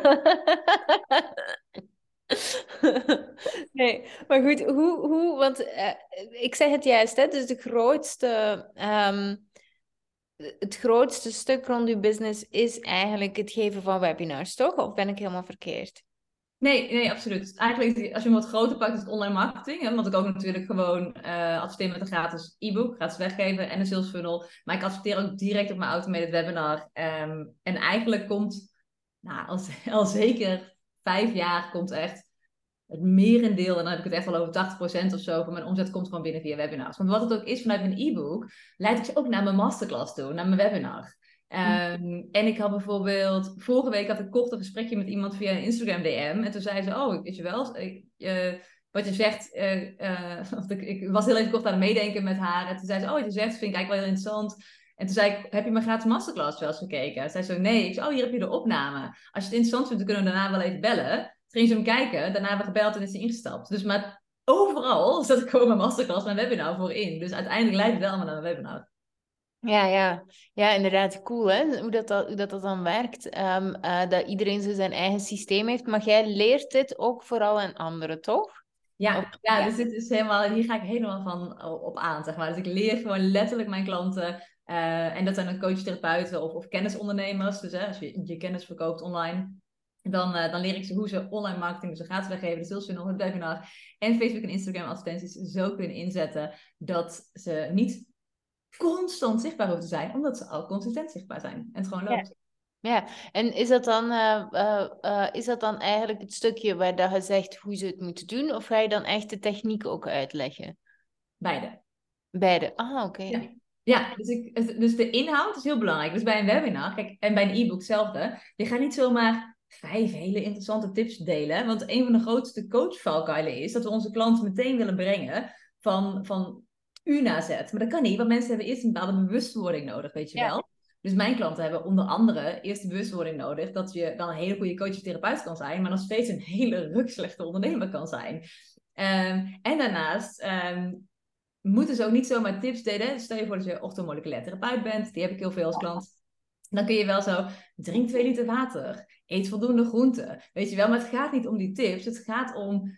Nee, maar goed, want ik zeg het juist, hè, dus het grootste stuk rond uw business is eigenlijk het geven van webinars, toch? Of ben ik helemaal verkeerd? Nee, absoluut. Eigenlijk, als je hem wat groter pakt, is het online marketing. Hè? Want ik ook natuurlijk gewoon adverteer met een gratis e-book, gratis weggeven en een sales funnel. Maar ik adverteer ook direct op mijn automated webinar. En eigenlijk komt, al zeker 5 jaar, komt echt het merendeel, en dan heb ik het echt al over 80% of zo, van mijn omzet komt gewoon binnen via webinars. Want wat het ook is vanuit mijn e-book, leid ik ze ook naar mijn masterclass toe, naar mijn webinar. En ik had bijvoorbeeld, vorige week had ik kort een gesprekje met iemand via een Instagram DM. En toen zei ze, weet je wel, wat je zegt, ik was heel even kort aan het meedenken met haar. En toen zei ze, wat je zegt vind ik eigenlijk wel heel interessant. En toen zei ik, heb je mijn gratis masterclass wel eens gekeken? Zij zei zo, nee. Ik zei, hier heb je de opname. Als je het interessant vindt, dan kunnen we daarna wel even bellen. Toen ging ze hem kijken, daarna hebben we gebeld en is ze ingestapt. Dus maar overal zat ik gewoon mijn masterclass, mijn webinar voor in. Dus uiteindelijk leidt het wel allemaal naar mijn webinar. Ja, inderdaad, cool hè, hoe dat dan werkt. Dat iedereen zo zijn eigen systeem heeft, maar jij leert dit ook vooral aan anderen, toch? Ja, dus dit is helemaal, hier ga ik helemaal van op aan, zeg maar. Dus ik leer gewoon letterlijk mijn klanten, en dat zijn dan coach-therapeuten of kennisondernemers. Dus als je je kennis verkoopt online, dan leer ik ze hoe ze online marketing, dus een gratis weggeven, de sales funnel, het webinar en Facebook en Instagram advertenties zo kunnen inzetten dat ze niet constant zichtbaar hoeven te zijn, omdat ze al consistent zichtbaar zijn en het gewoon loopt. Ja, en is dat dan eigenlijk het stukje waar dat je zegt hoe ze het moeten doen, of ga je dan echt de techniek ook uitleggen? Beide. Ah, oké. Ja, dus de inhoud is heel belangrijk. Dus bij een webinar, kijk, en bij een e-book hetzelfde. Je gaat niet zomaar 5 hele interessante tips delen. Want een van de grootste coachvalkuilen is dat we onze klanten meteen willen brengen van U naar Z. Maar dat kan niet, want mensen hebben eerst een bepaalde bewustwording nodig, weet je wel. Dus mijn klanten hebben onder andere eerst de bewustwording nodig dat je dan een hele goede coach-therapeut kan zijn, maar nog steeds een hele rukslechte ondernemer kan zijn. En daarnaast moeten ze ook niet zomaar tips delen. Stel je voor dat je orthomoleculair therapeut bent, die heb ik heel veel als klant. Dan kun je wel zo, drink 2 liter water, eet voldoende groenten. Weet je wel, maar het gaat niet om die tips. Het gaat om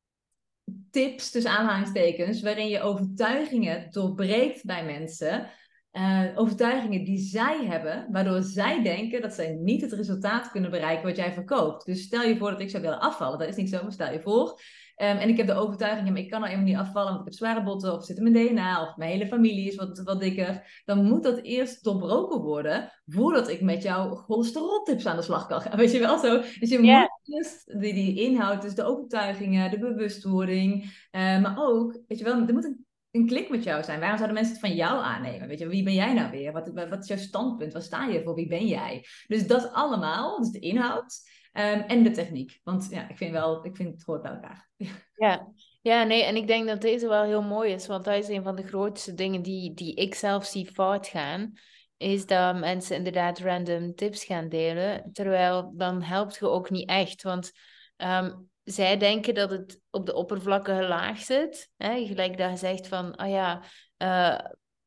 tips, tussen aanhalingstekens, waarin je overtuigingen doorbreekt bij mensen. Overtuigingen die zij hebben, waardoor zij denken dat zij niet het resultaat kunnen bereiken wat jij verkoopt. Dus stel je voor dat ik zou willen afvallen. Dat is niet zo, maar stel je voor. En ik heb de overtuiging, maar ik kan nou helemaal niet afvallen, want ik heb zware botten, of zit in mijn DNA, of mijn hele familie is wat dikker. Dan moet dat eerst doorbroken worden, voordat ik met jouw cholesteroltips aan de slag kan gaan. Weet je wel zo? Dus je moet eerst die inhoud, dus de overtuigingen, de bewustwording, maar ook, weet je wel, er moet een klik met jou zijn. Waarom zouden mensen het van jou aannemen? Weet je, wie ben jij nou weer? Wat is jouw standpunt? Wat sta je voor? Wie ben jij? Dus dat allemaal, dus de inhoud en de techniek. Want ja, ik vind het hoort bij elkaar. Ja, nee, en ik denk dat deze wel heel mooi is, want dat is een van de grootste dingen die ik zelf zie fout gaan, is dat mensen inderdaad random tips gaan delen, terwijl dan helpt je ook niet echt, want zij denken dat het op de oppervlakkige laag zit, hè? Gelijk dat je zegt van,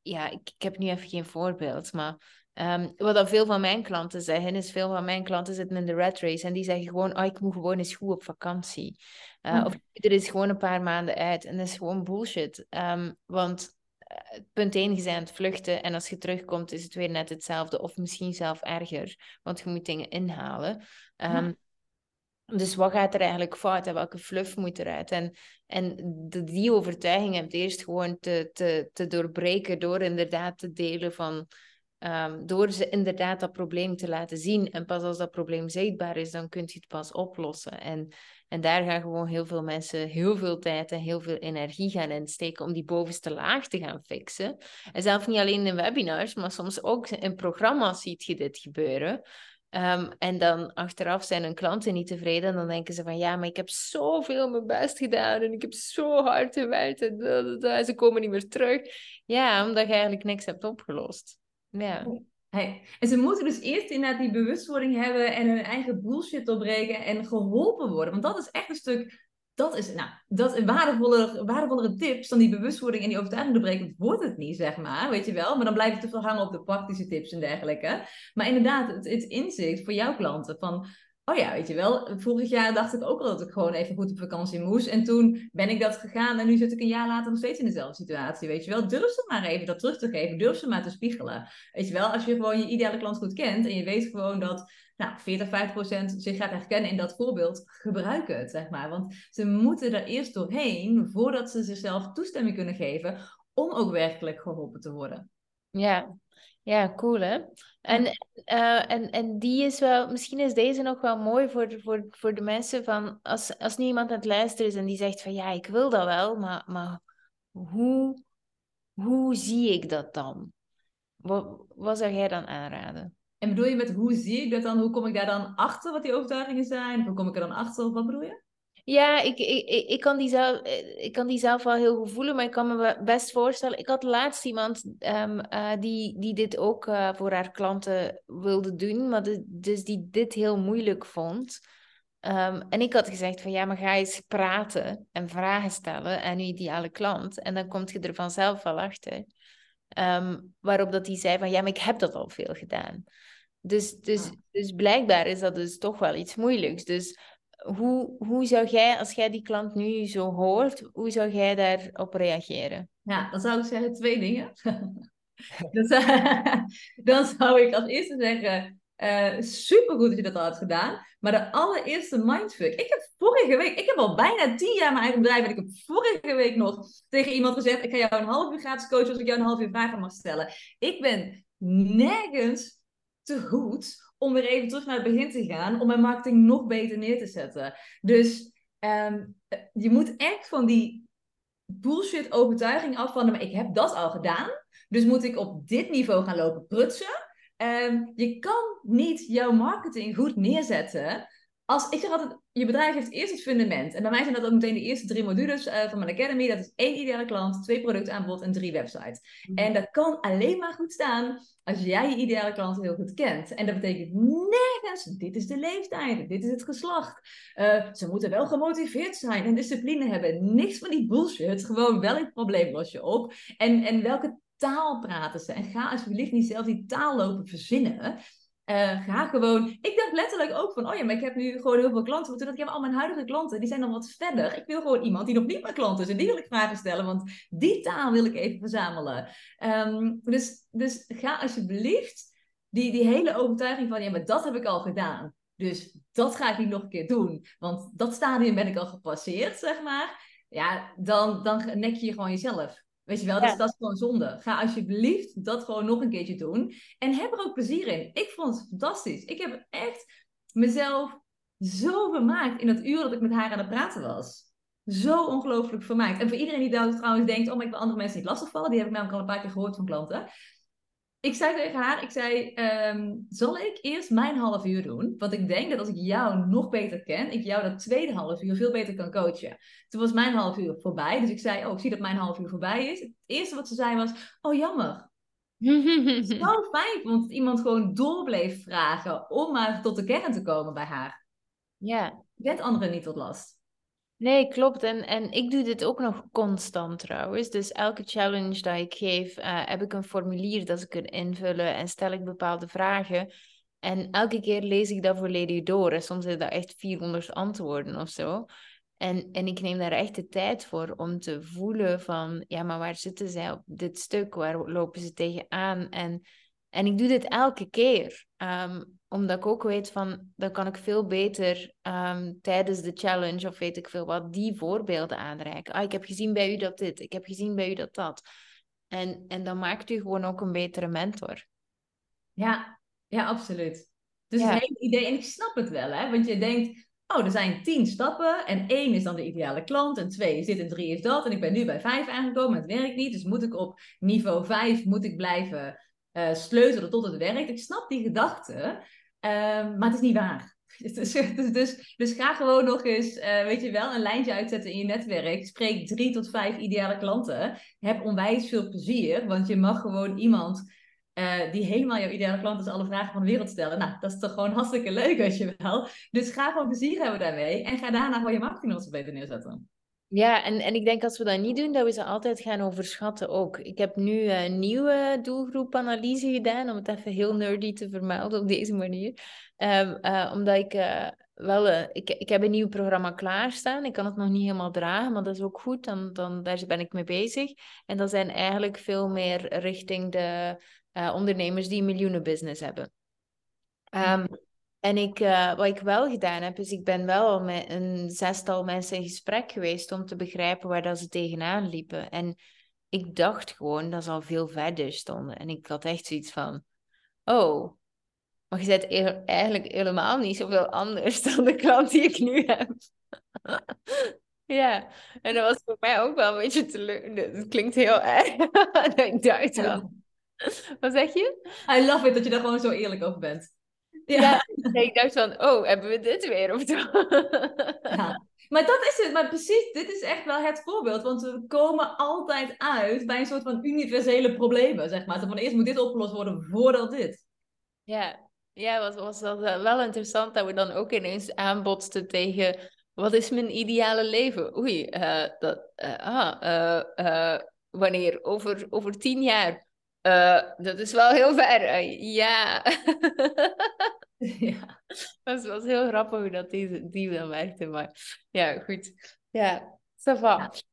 ja, ik heb nu even geen voorbeeld, maar wat dan veel van mijn klanten zeggen, is veel van mijn klanten zitten in de rat race en die zeggen gewoon, ik moet gewoon eens goed op vakantie. Of er is gewoon een paar maanden uit en dat is gewoon bullshit. Want punt 1, je bent aan het vluchten en als je terugkomt is het weer net hetzelfde of misschien zelf erger, want je moet dingen inhalen. Dus wat gaat er eigenlijk fout en welke fluff moet eruit? En die overtuiging heb je eerst gewoon te doorbreken door inderdaad te delen van... door ze inderdaad dat probleem te laten zien. En pas als dat probleem zichtbaar is, dan kun je het pas oplossen. En daar gaan gewoon heel veel mensen heel veel tijd en heel veel energie gaan insteken om die bovenste laag te gaan fixen. En zelf niet alleen in webinars, maar soms ook in programma's ziet je dit gebeuren. En dan achteraf zijn hun klanten niet tevreden. En dan denken ze van ja, maar ik heb zoveel mijn best gedaan. En ik heb zo hard gewerkt. En ze komen niet meer terug. Ja, omdat je eigenlijk niks hebt opgelost. Ja. Hey. En ze moeten dus eerst inderdaad die bewustwording hebben en hun eigen bullshit doorbreken en geholpen worden. Want dat is echt een stuk, dat is waardevollere tips dan die bewustwording en die overtuiging doorbreken. Wordt het niet, zeg maar, weet je wel. Maar dan blijft het te veel hangen op de praktische tips en dergelijke. Maar inderdaad, het inzicht voor jouw klanten van... Oh ja, weet je wel, vorig jaar dacht ik ook al dat ik gewoon even goed op vakantie moest. En toen ben ik dat gegaan en nu zit ik een jaar later nog steeds in dezelfde situatie, weet je wel. Durf ze maar even dat terug te geven, durf ze maar te spiegelen. Weet je wel, als je gewoon je ideale klant goed kent en je weet gewoon dat 40, 50% zich gaat herkennen in dat voorbeeld, gebruik het, zeg maar. Want ze moeten er eerst doorheen voordat ze zichzelf toestemming kunnen geven om ook werkelijk geholpen te worden. Ja, ja, cool hè. En die is wel, misschien is deze nog wel mooi voor de mensen van, als nu iemand aan het luisteren is en die zegt van ja, ik wil dat wel, maar hoe zie ik dat dan? Wat zou jij dan aanraden? En bedoel je met hoe zie ik dat dan? Hoe kom ik daar dan achter wat die overtuigingen zijn? Hoe kom ik er dan achter? Of wat bedoel je? Ja, ik kan die zelf wel heel goed voelen, maar ik kan me best voorstellen. Ik had laatst iemand die dit ook voor haar klanten wilde doen, maar dus die dit heel moeilijk vond. En ik had gezegd van ja, maar ga eens praten en vragen stellen aan je ideale klant. En dan kom je er vanzelf wel achter. Waarop dat hij zei van ja, maar ik heb dat al veel gedaan. Dus blijkbaar is dat dus toch wel iets moeilijks. Dus hoe zou jij, als jij die klant nu zo hoort, hoe zou jij daarop reageren? Ja, dan zou ik zeggen twee dingen. Dan zou ik als eerste zeggen, supergoed dat je dat al hebt gedaan. Maar de allereerste mindfuck. Ik heb al bijna 10 jaar mijn eigen bedrijf. En ik heb vorige week nog tegen iemand gezegd, ik ga jou een half uur gratis coachen als ik jou een half uur vragen mag stellen. Ik ben nergens te goed om weer even terug naar het begin te gaan, om mijn marketing nog beter neer te zetten. Dus je moet echt van die bullshit overtuiging af van, maar ik heb dat al gedaan. Dus moet ik op dit niveau gaan lopen prutsen? Je kan niet jouw marketing goed neerzetten. Ik zeg altijd, je bedrijf heeft eerst het fundament. En bij mij zijn dat ook meteen de eerste 3 modules van mijn academy. Dat is 1 ideale klant, 2 productaanbod en 3 websites. En dat kan alleen maar goed staan als jij je ideale klant heel goed kent. En dat betekent nergens, dit is de leeftijd, dit is het geslacht. Ze moeten wel gemotiveerd zijn en discipline hebben. Niks van die bullshit. Gewoon welk probleem los je op. En welke taal praten ze? En ga alsjeblieft niet zelf die taal lopen verzinnen. Ga gewoon... Ik dacht letterlijk ook van, oh ja, maar ik heb nu gewoon heel veel klanten. Want toen dacht ik, ja, maar al mijn huidige klanten, die zijn dan wat verder. Ik wil gewoon iemand die nog niet mijn klant is. En die wil ik vragen stellen, want die taal wil ik even verzamelen. Dus ga alsjeblieft die hele overtuiging van, ja, maar dat heb ik al gedaan. Dus dat ga ik niet nog een keer doen. Want dat stadium ben ik al gepasseerd, zeg maar. Ja, dan nek je gewoon jezelf. Weet je wel, Ja. dat is gewoon zonde. Ga alsjeblieft dat gewoon nog een keertje doen. En heb er ook plezier in. Ik vond het fantastisch. Ik heb echt mezelf zo vermaakt in dat uur dat ik met haar aan het praten was. Zo ongelooflijk vermaakt. En voor iedereen die trouwens denkt, oh, maar ik wil andere mensen niet lastigvallen. Die heb ik namelijk al een paar keer gehoord van klanten. Ik zei tegen haar, zal ik eerst mijn half uur doen? Want ik denk dat als ik jou nog beter ken, ik jou dat tweede half uur veel beter kan coachen. Toen was mijn half uur voorbij. Dus ik zei, oh, ik zie dat mijn half uur voorbij is. Het eerste wat ze zei was, oh, jammer. Zo fijn, want iemand gewoon door bleef vragen om maar tot de kern te komen bij haar. Ja. Je bent anderen niet tot last. Nee, klopt. En ik doe dit ook nog constant trouwens. Dus elke challenge dat ik geef, heb ik een formulier dat ze kunnen invullen en stel ik bepaalde vragen. En elke keer lees ik dat volledig door. En soms is dat echt 400 antwoorden of zo. En ik neem daar echt de tijd voor om te voelen van, ja, maar waar zitten zij op dit stuk? Waar lopen ze tegenaan? En ik doe dit elke keer. Omdat ik ook weet van, dan kan ik veel beter tijdens de challenge of weet ik veel wat, die voorbeelden aanreiken. Ah, ik heb gezien bij u dat dit, ik heb gezien bij u dat dat. En dan maakt u gewoon ook een betere mentor. Ja, ja, absoluut. Dus het Ja, hele idee, en ik snap het wel, hè, want je denkt, oh, er zijn 10 stappen en 1 is dan de ideale klant en 2 is dit en 3 is dat en ik ben nu bij 5 aangekomen, het werkt niet, dus moet ik op niveau 5 moet ik blijven sleutelen tot het werkt. Ik snap die gedachte, maar het is niet waar. Dus ga gewoon nog eens, weet je wel, een lijntje uitzetten in je netwerk. Spreek 3 tot 5 ideale klanten. Heb onwijs veel plezier, want je mag gewoon iemand die helemaal jouw ideale klant is, alle vragen van de wereld stellen. Nou, dat is toch gewoon hartstikke leuk, als je wel. Dus ga gewoon plezier hebben daarmee. En ga daarna gewoon je marketing beter neerzetten. ja, en ik denk als we dat niet doen, dat we ze altijd gaan overschatten ook. Ik heb nu een nieuwe doelgroepanalyse gedaan, om het even heel nerdy te vermelden op deze manier. Omdat ik ik heb een nieuw programma klaarstaan. Ik kan het nog niet helemaal dragen, maar dat is ook goed. Daar ben ik mee bezig. En dat zijn eigenlijk veel meer richting de ondernemers die een miljoenenbusiness hebben. Ehm, en wat ik wel gedaan heb, is ik ben wel al met een zestal mensen in gesprek geweest om te begrijpen waar dat ze tegenaan liepen. En ik dacht gewoon dat ze al veel verder stonden. En ik had echt zoiets van, oh, maar je bent eigenlijk helemaal niet zoveel anders dan de klant die ik nu heb. Ja, en dat was voor mij ook wel een beetje teleur. Het klinkt heel erg. Ik dacht I wel. love, Wat zeg je? I love it dat je daar gewoon zo eerlijk over bent. Ja, Ja, ik dacht van, oh, hebben we dit weer of zo? ja. Maar dat is het. Maar precies, dit is echt wel het voorbeeld. Want we komen altijd uit bij een soort van universele problemen, zeg maar. Zo van eerst moet dit opgelost worden voordat dit. Ja, ja, was dat wel interessant dat we dan ook ineens aanbotsten tegen wat is mijn ideale leven? Oei, wanneer? Over 10 jaar? Dat is wel heel ver. Ja. Ja. Dat was heel grappig hoe dat die dan werkte, maar ja, goed. Ja, ça va. Ja.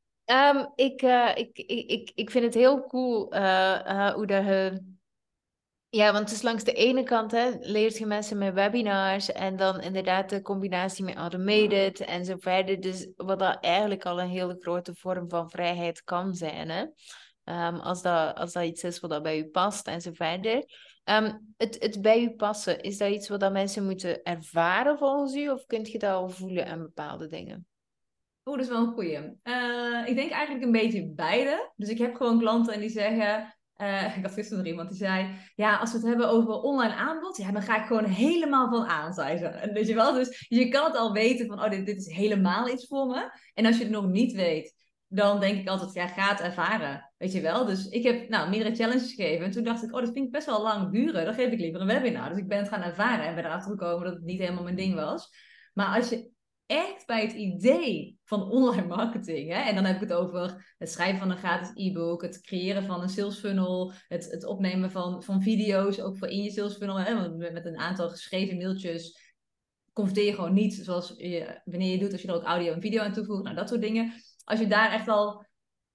Ik vind het heel cool hoe dat je... Ja, want het is langs de ene kant hè, leert je mensen met webinars en dan inderdaad de combinatie met automated en zo verder. Dus wat dat eigenlijk al een hele grote vorm van vrijheid kan zijn. Hè? Als dat iets is wat dat bij u past en zo verder. Het bij u passen, is dat iets wat dat mensen moeten ervaren volgens u of kunt je dat al voelen aan bepaalde dingen? Oeh, dat is wel een goeie. Ik denk eigenlijk een beetje beide. Dus ik heb gewoon klanten en die zeggen... ik had gisteren nog iemand die zei... Ja, als we het hebben over online aanbod... Ja, dan ga ik gewoon helemaal van aan, zei ze. En weet je wel, dus je kan het al weten van... Oh, dit is helemaal iets voor me. En als je het nog niet weet... Dan denk ik altijd, ja, ga het ervaren. Weet je wel? Dus ik heb meerdere challenges gegeven. En toen dacht ik, oh, dat vind ik best wel lang duren. Dan geef ik liever een webinar. Dus ik ben het gaan ervaren. En ben erachter gekomen dat het niet helemaal mijn ding was. Maar als je echt bij het idee van online marketing. Hè? En dan heb ik het over het schrijven van een gratis e-book, het creëren van een sales funnel, het opnemen van video's, ook voor in je sales funnel. Hè? Want met een aantal geschreven mailtjes converteer je gewoon niet zoals wanneer je doet als je er ook audio en video aan toevoegt. Nou, dat soort dingen. Als je daar echt al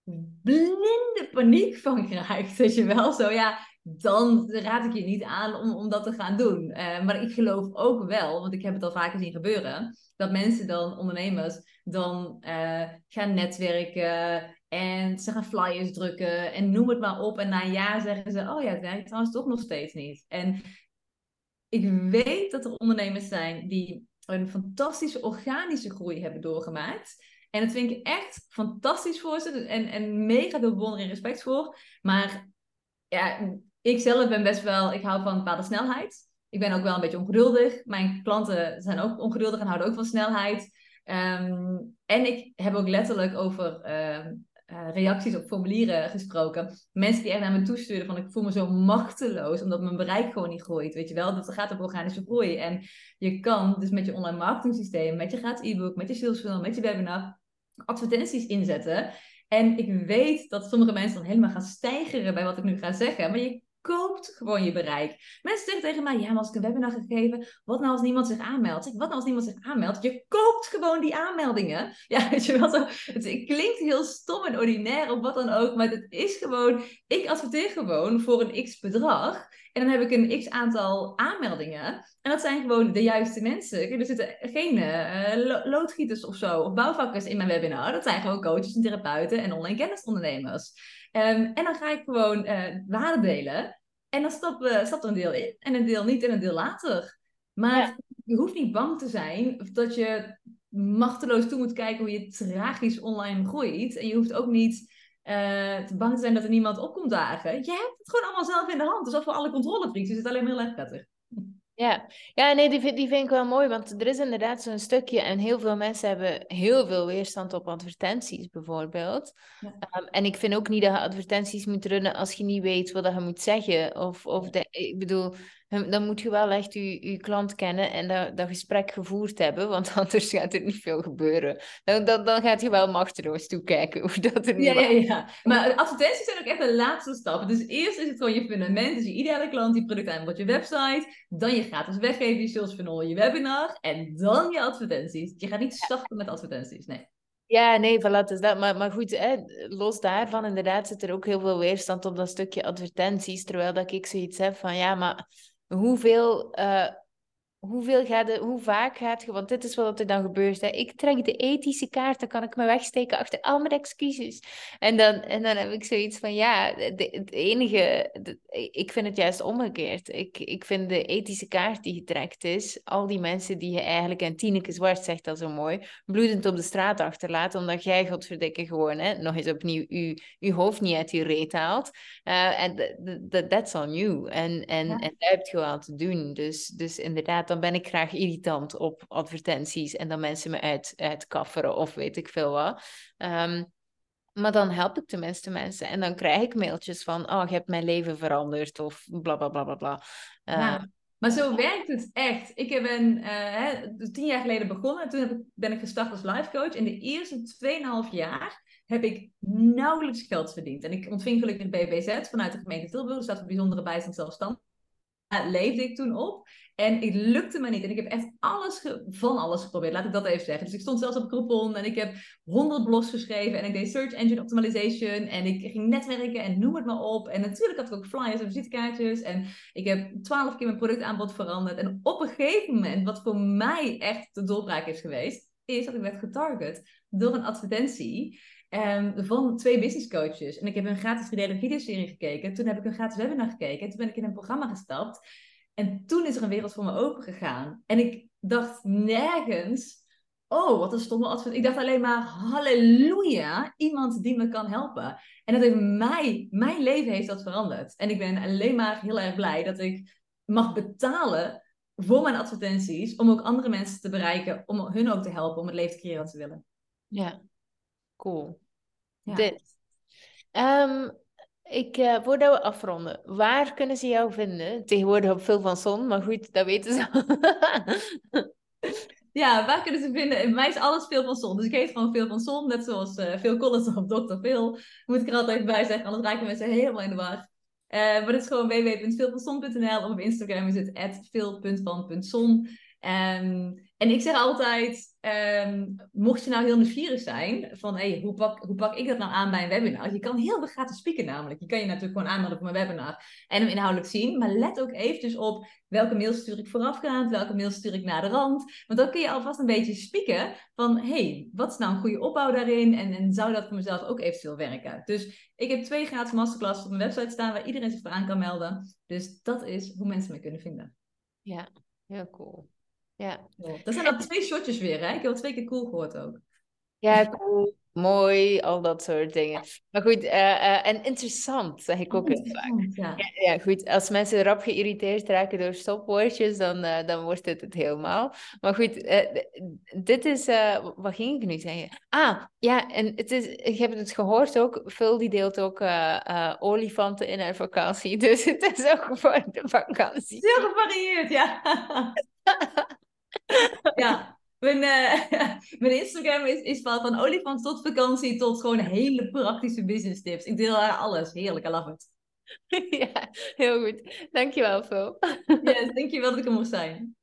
blinde paniek van krijgt, weet je wel, zo ja, dan raad ik je niet aan om dat te gaan doen. Maar ik geloof ook wel, want ik heb het al vaker zien gebeuren, dat mensen dan, ondernemers, dan gaan netwerken en ze gaan flyers drukken en noem het maar op. En na een jaar zeggen ze, oh ja, het werkt trouwens toch nog steeds niet. En ik weet dat er ondernemers zijn die een fantastische organische groei hebben doorgemaakt. En dat vind ik echt fantastisch voor ze. En mega veel bewondering en respect voor. Maar ja, ik zelf ben best wel... Ik hou van een bepaalde snelheid. Ik ben ook wel een beetje ongeduldig. Mijn klanten zijn ook ongeduldig en houden ook van snelheid. En ik heb ook letterlijk over reacties op formulieren gesproken. Mensen die echt naar me toestuurden van ik voel me zo machteloos omdat mijn bereik gewoon niet groeit. Weet je wel, dat gaat op organische groei. En je kan dus met je online marketing systeem, met je gratis e-book, met je sales funnel, met je webinar advertenties inzetten. En ik weet dat sommige mensen dan helemaal gaan steigeren bij wat ik nu ga zeggen. Maar je koopt gewoon je bereik. Mensen zeggen tegen mij, ja, maar als ik een webinar ga geven, wat nou als niemand zich aanmeldt? Zeg, wat nou als niemand zich aanmeldt? Je koopt gewoon die aanmeldingen. Ja, weet je wel zo. Het klinkt heel stom en ordinair of wat dan ook, maar het is gewoon, ik adverteer gewoon voor een x bedrag. En dan heb ik een x aantal aanmeldingen. En dat zijn gewoon de juiste mensen. Er zitten geen loodgieters of zo, of bouwvakkers in mijn webinar. Dat zijn gewoon coaches en therapeuten en online kennisondernemers. En dan ga ik gewoon waarde delen. En dan stapt er een deel in en een deel niet en een deel later. Maar je hoeft niet bang te zijn dat je machteloos toe moet kijken hoe je tragisch online groeit. En je hoeft ook niet te bang te zijn dat er niemand op komt dagen. Je hebt het gewoon allemaal zelf in de hand. Dus dat voor alle controlefreaks is het alleen maar heel erg prettig. Ja, nee, die vind ik wel mooi, want er is inderdaad zo'n stukje en heel veel mensen hebben heel veel weerstand op advertenties bijvoorbeeld. Ja. En ik vind ook niet dat je advertenties moet runnen als je niet weet wat je moet zeggen. Ik bedoel, dan moet je wel echt je klant kennen en dat gesprek gevoerd hebben, want anders gaat er niet veel gebeuren. Dan gaat je wel machteloos toekijken hoe dat er niet Ja. Maar advertenties zijn ook echt de laatste stap. Dus eerst is het gewoon je fundament, dus je ideale klant, die product aanbod, je website. Dan je gratis weggeven, je sales funnel, je webinar. En dan je advertenties. Je gaat niet starten met advertenties, nee. Ja, nee, voilà, dus dat. Maar goed, los daarvan, inderdaad, zit er ook heel veel weerstand op dat stukje advertenties. Terwijl dat ik zoiets heb van, ja, maar hoeveel hoe vaak gaat je, want dit is wat er dan gebeurt. Hè. Ik trek de ethische kaart, dan kan ik me wegsteken achter al mijn excuses. En dan heb ik zoiets van, ja, het enige, ik vind het juist omgekeerd. Ik vind de ethische kaart die getrekt is, al die mensen die je eigenlijk, en Tineke Zwart zegt dat zo mooi, bloedend op de straat achterlaat, omdat jij, godverdikke, gewoon, nog eens opnieuw je hoofd niet uit je reet haalt. En that's on you. En daar heb je wel te doen. Dus inderdaad, dan ben ik graag irritant op advertenties en dan mensen me uitkafferen of weet ik veel wat. Maar dan help ik tenminste mensen en dan krijg ik mailtjes van, oh, je hebt mijn leven veranderd of bla bla bla bla bla. Ja, maar zo werkt het echt. Ik ben 10 jaar geleden begonnen en toen ben ik gestart als life coach. In de eerste 2,5 jaar heb ik nauwelijks geld verdiend. En ik ontving gelukkig BBZ vanuit de gemeente Tilburg, dus dat een bijzondere bijstand zelfstandig. Leefde ik toen op. En het lukte me niet. En ik heb echt van alles geprobeerd. Laat ik dat even zeggen. Dus ik stond zelfs op Groupon. En ik heb 100 blogs geschreven. En ik deed search engine optimization. En ik ging netwerken en noem het maar op. En natuurlijk had ik ook flyers en visitekaartjes. En ik heb 12 keer mijn productaanbod veranderd. En op een gegeven moment, wat voor mij echt de doorbraak is geweest, is dat ik werd getarget door een advertentie. Van 2 business coaches. En ik heb een gratis 3-delige videoserie gekeken. Toen heb ik een gratis webinar gekeken. En toen ben ik in een programma gestapt. En toen is er een wereld voor me open gegaan. En ik dacht nergens, oh, wat een stomme advertentie. Ik dacht alleen maar, halleluja, iemand die me kan helpen. En dat heeft mijn leven heeft dat veranderd. En ik ben alleen maar heel erg blij dat ik mag betalen voor mijn advertenties. Om ook andere mensen te bereiken. Om hun ook te helpen om het leven te creëren wat ze willen. Ja. Cool. Ja. Dit. Voordat we afronden, waar kunnen ze jou vinden? Tegenwoordig op Phil van Son, maar goed, dat weten ze al. Ja, waar kunnen ze vinden? Bij mij is alles Phil van Son. Dus ik heet gewoon Phil van Son, net zoals Phil Collins of Dr. Phil. Moet ik er altijd bij zeggen, anders raken mensen helemaal in de war. Maar het is gewoon www.philvanson.nl of op Instagram is het @phil.van.son. En ik zeg altijd, mocht je nou heel nieuwsgierig zijn van hey, hoe pak ik dat nou aan bij een webinar? Je kan heel veel gratis spieken namelijk. Je kan je natuurlijk gewoon aanmelden voor mijn webinar en hem inhoudelijk zien. Maar let ook eventjes op welke mail stuur ik voorafgaand, welke mail stuur ik na de rand. Want dan kun je alvast een beetje spieken van hey, wat is nou een goede opbouw daarin? En zou dat voor mezelf ook eventueel werken? Dus ik heb 2 gratis masterclasses op mijn website staan waar iedereen zich voor aan kan melden. Dus dat is hoe mensen mij kunnen vinden. Ja, heel cool. Ja. Dat zijn dan 2 shotjes weer, hè? Ik heb al 2 keer cool gehoord ook. Ja, cool. mooi, al dat soort dingen. Maar goed, en interessant, zeg ik Oh, ook heel vaak. interessant, ja. Ja, goed, als mensen rap geïrriteerd raken door stopwoordjes, dan wordt het helemaal. Maar goed, dit is, wat ging ik nu zeggen? Ah, ja, en ik heb het gehoord ook, Phil die deelt ook olifanten in haar vakantie. Dus het is ook voor de vakantie. Heel gevarieerd, ja. Ja. Mijn Instagram is van olifant tot vakantie tot gewoon hele praktische business tips. Ik deel daar alles. Heerlijk, I love it. Ja, heel goed. Dankjewel, Phil. Yes, dankjewel dat ik er mocht zijn.